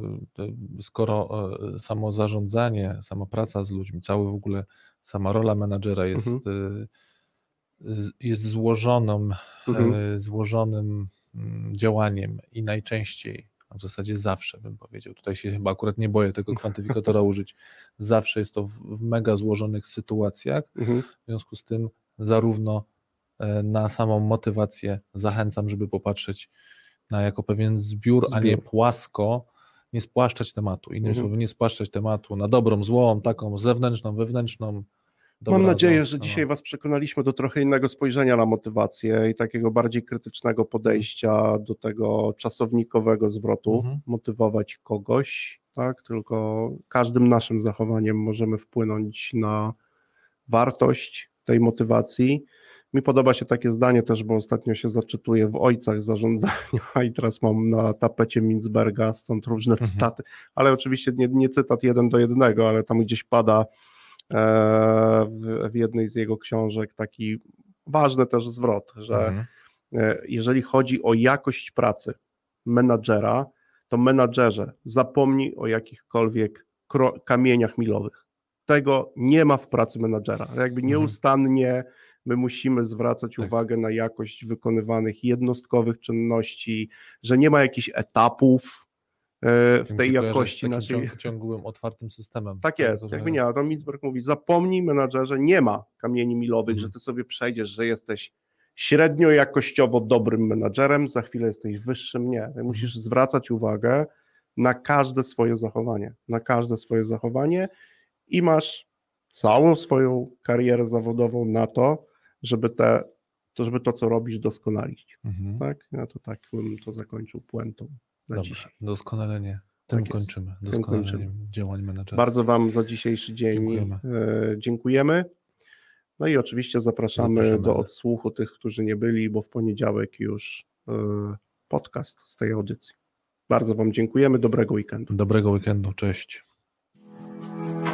Speaker 2: skoro samo zarządzanie, sama praca z ludźmi, cały w ogóle, sama rola menadżera jest, mhm. jest złożoną, mhm. złożonym działaniem i najczęściej, a w zasadzie zawsze bym powiedział, tutaj się chyba akurat nie boję tego kwantyfikatora użyć, zawsze jest to w, w mega złożonych sytuacjach, mhm. w związku z tym zarówno na samą motywację zachęcam, żeby popatrzeć na jako pewien zbiór, zbiór, a nie płasko, nie spłaszczać tematu. Innymi mhm. słowy, nie spłaszczać tematu na dobrą, złą, taką zewnętrzną, wewnętrzną.
Speaker 1: Dobra, Mam nadzieję, że dzisiaj Was przekonaliśmy do trochę innego spojrzenia na motywację i takiego bardziej krytycznego podejścia do tego czasownikowego zwrotu, mhm. motywować kogoś, tak? Tylko każdym naszym zachowaniem możemy wpłynąć na wartość tej motywacji. Mi podoba się takie zdanie też, bo ostatnio się zaczytuję w Ojcach Zarządzania i teraz mam na tapecie Mintzberga, stąd różne mhm. cytaty, ale oczywiście nie, nie cytat jeden do jednego, ale tam gdzieś pada w, w jednej z jego książek taki ważny też zwrot, że mhm. jeżeli chodzi o jakość pracy menadżera, to menadżerze zapomnij o jakichkolwiek kro- kamieniach milowych. Tego nie ma w pracy menadżera. Jakby nieustannie my musimy zwracać tak. uwagę na jakość wykonywanych jednostkowych czynności, że nie ma jakichś etapów w tej jakości naszej.
Speaker 2: Ciąg, ciągłym, otwartym systemem.
Speaker 1: Tak jest, to, jakby że... nie, Ron Mintzberg mówi, zapomnij menadżerze, nie ma kamieni milowych, hmm. że ty sobie przejdziesz, że jesteś średnio jakościowo dobrym menadżerem, za chwilę jesteś wyższym, nie. Ty hmm. musisz zwracać uwagę na każde swoje zachowanie, na każde swoje zachowanie i masz całą swoją karierę zawodową na to, żeby, te, to, żeby to, co robisz, doskonalić. Hmm. Tak? Ja to tak bym to zakończył puentą.
Speaker 2: Dobra, dzisiaj. Doskonalenie. Tym tak kończymy. Doskonalenie działań menedżerskich.
Speaker 1: Bardzo Wam za dzisiejszy dzień dziękujemy. E, dziękujemy. No i oczywiście zapraszamy, zapraszamy do odsłuchu tych, którzy nie byli, bo w poniedziałek już e, podcast z tej audycji. Bardzo Wam dziękujemy. Dobrego weekendu.
Speaker 2: Dobrego weekendu. Cześć.
Speaker 3: you.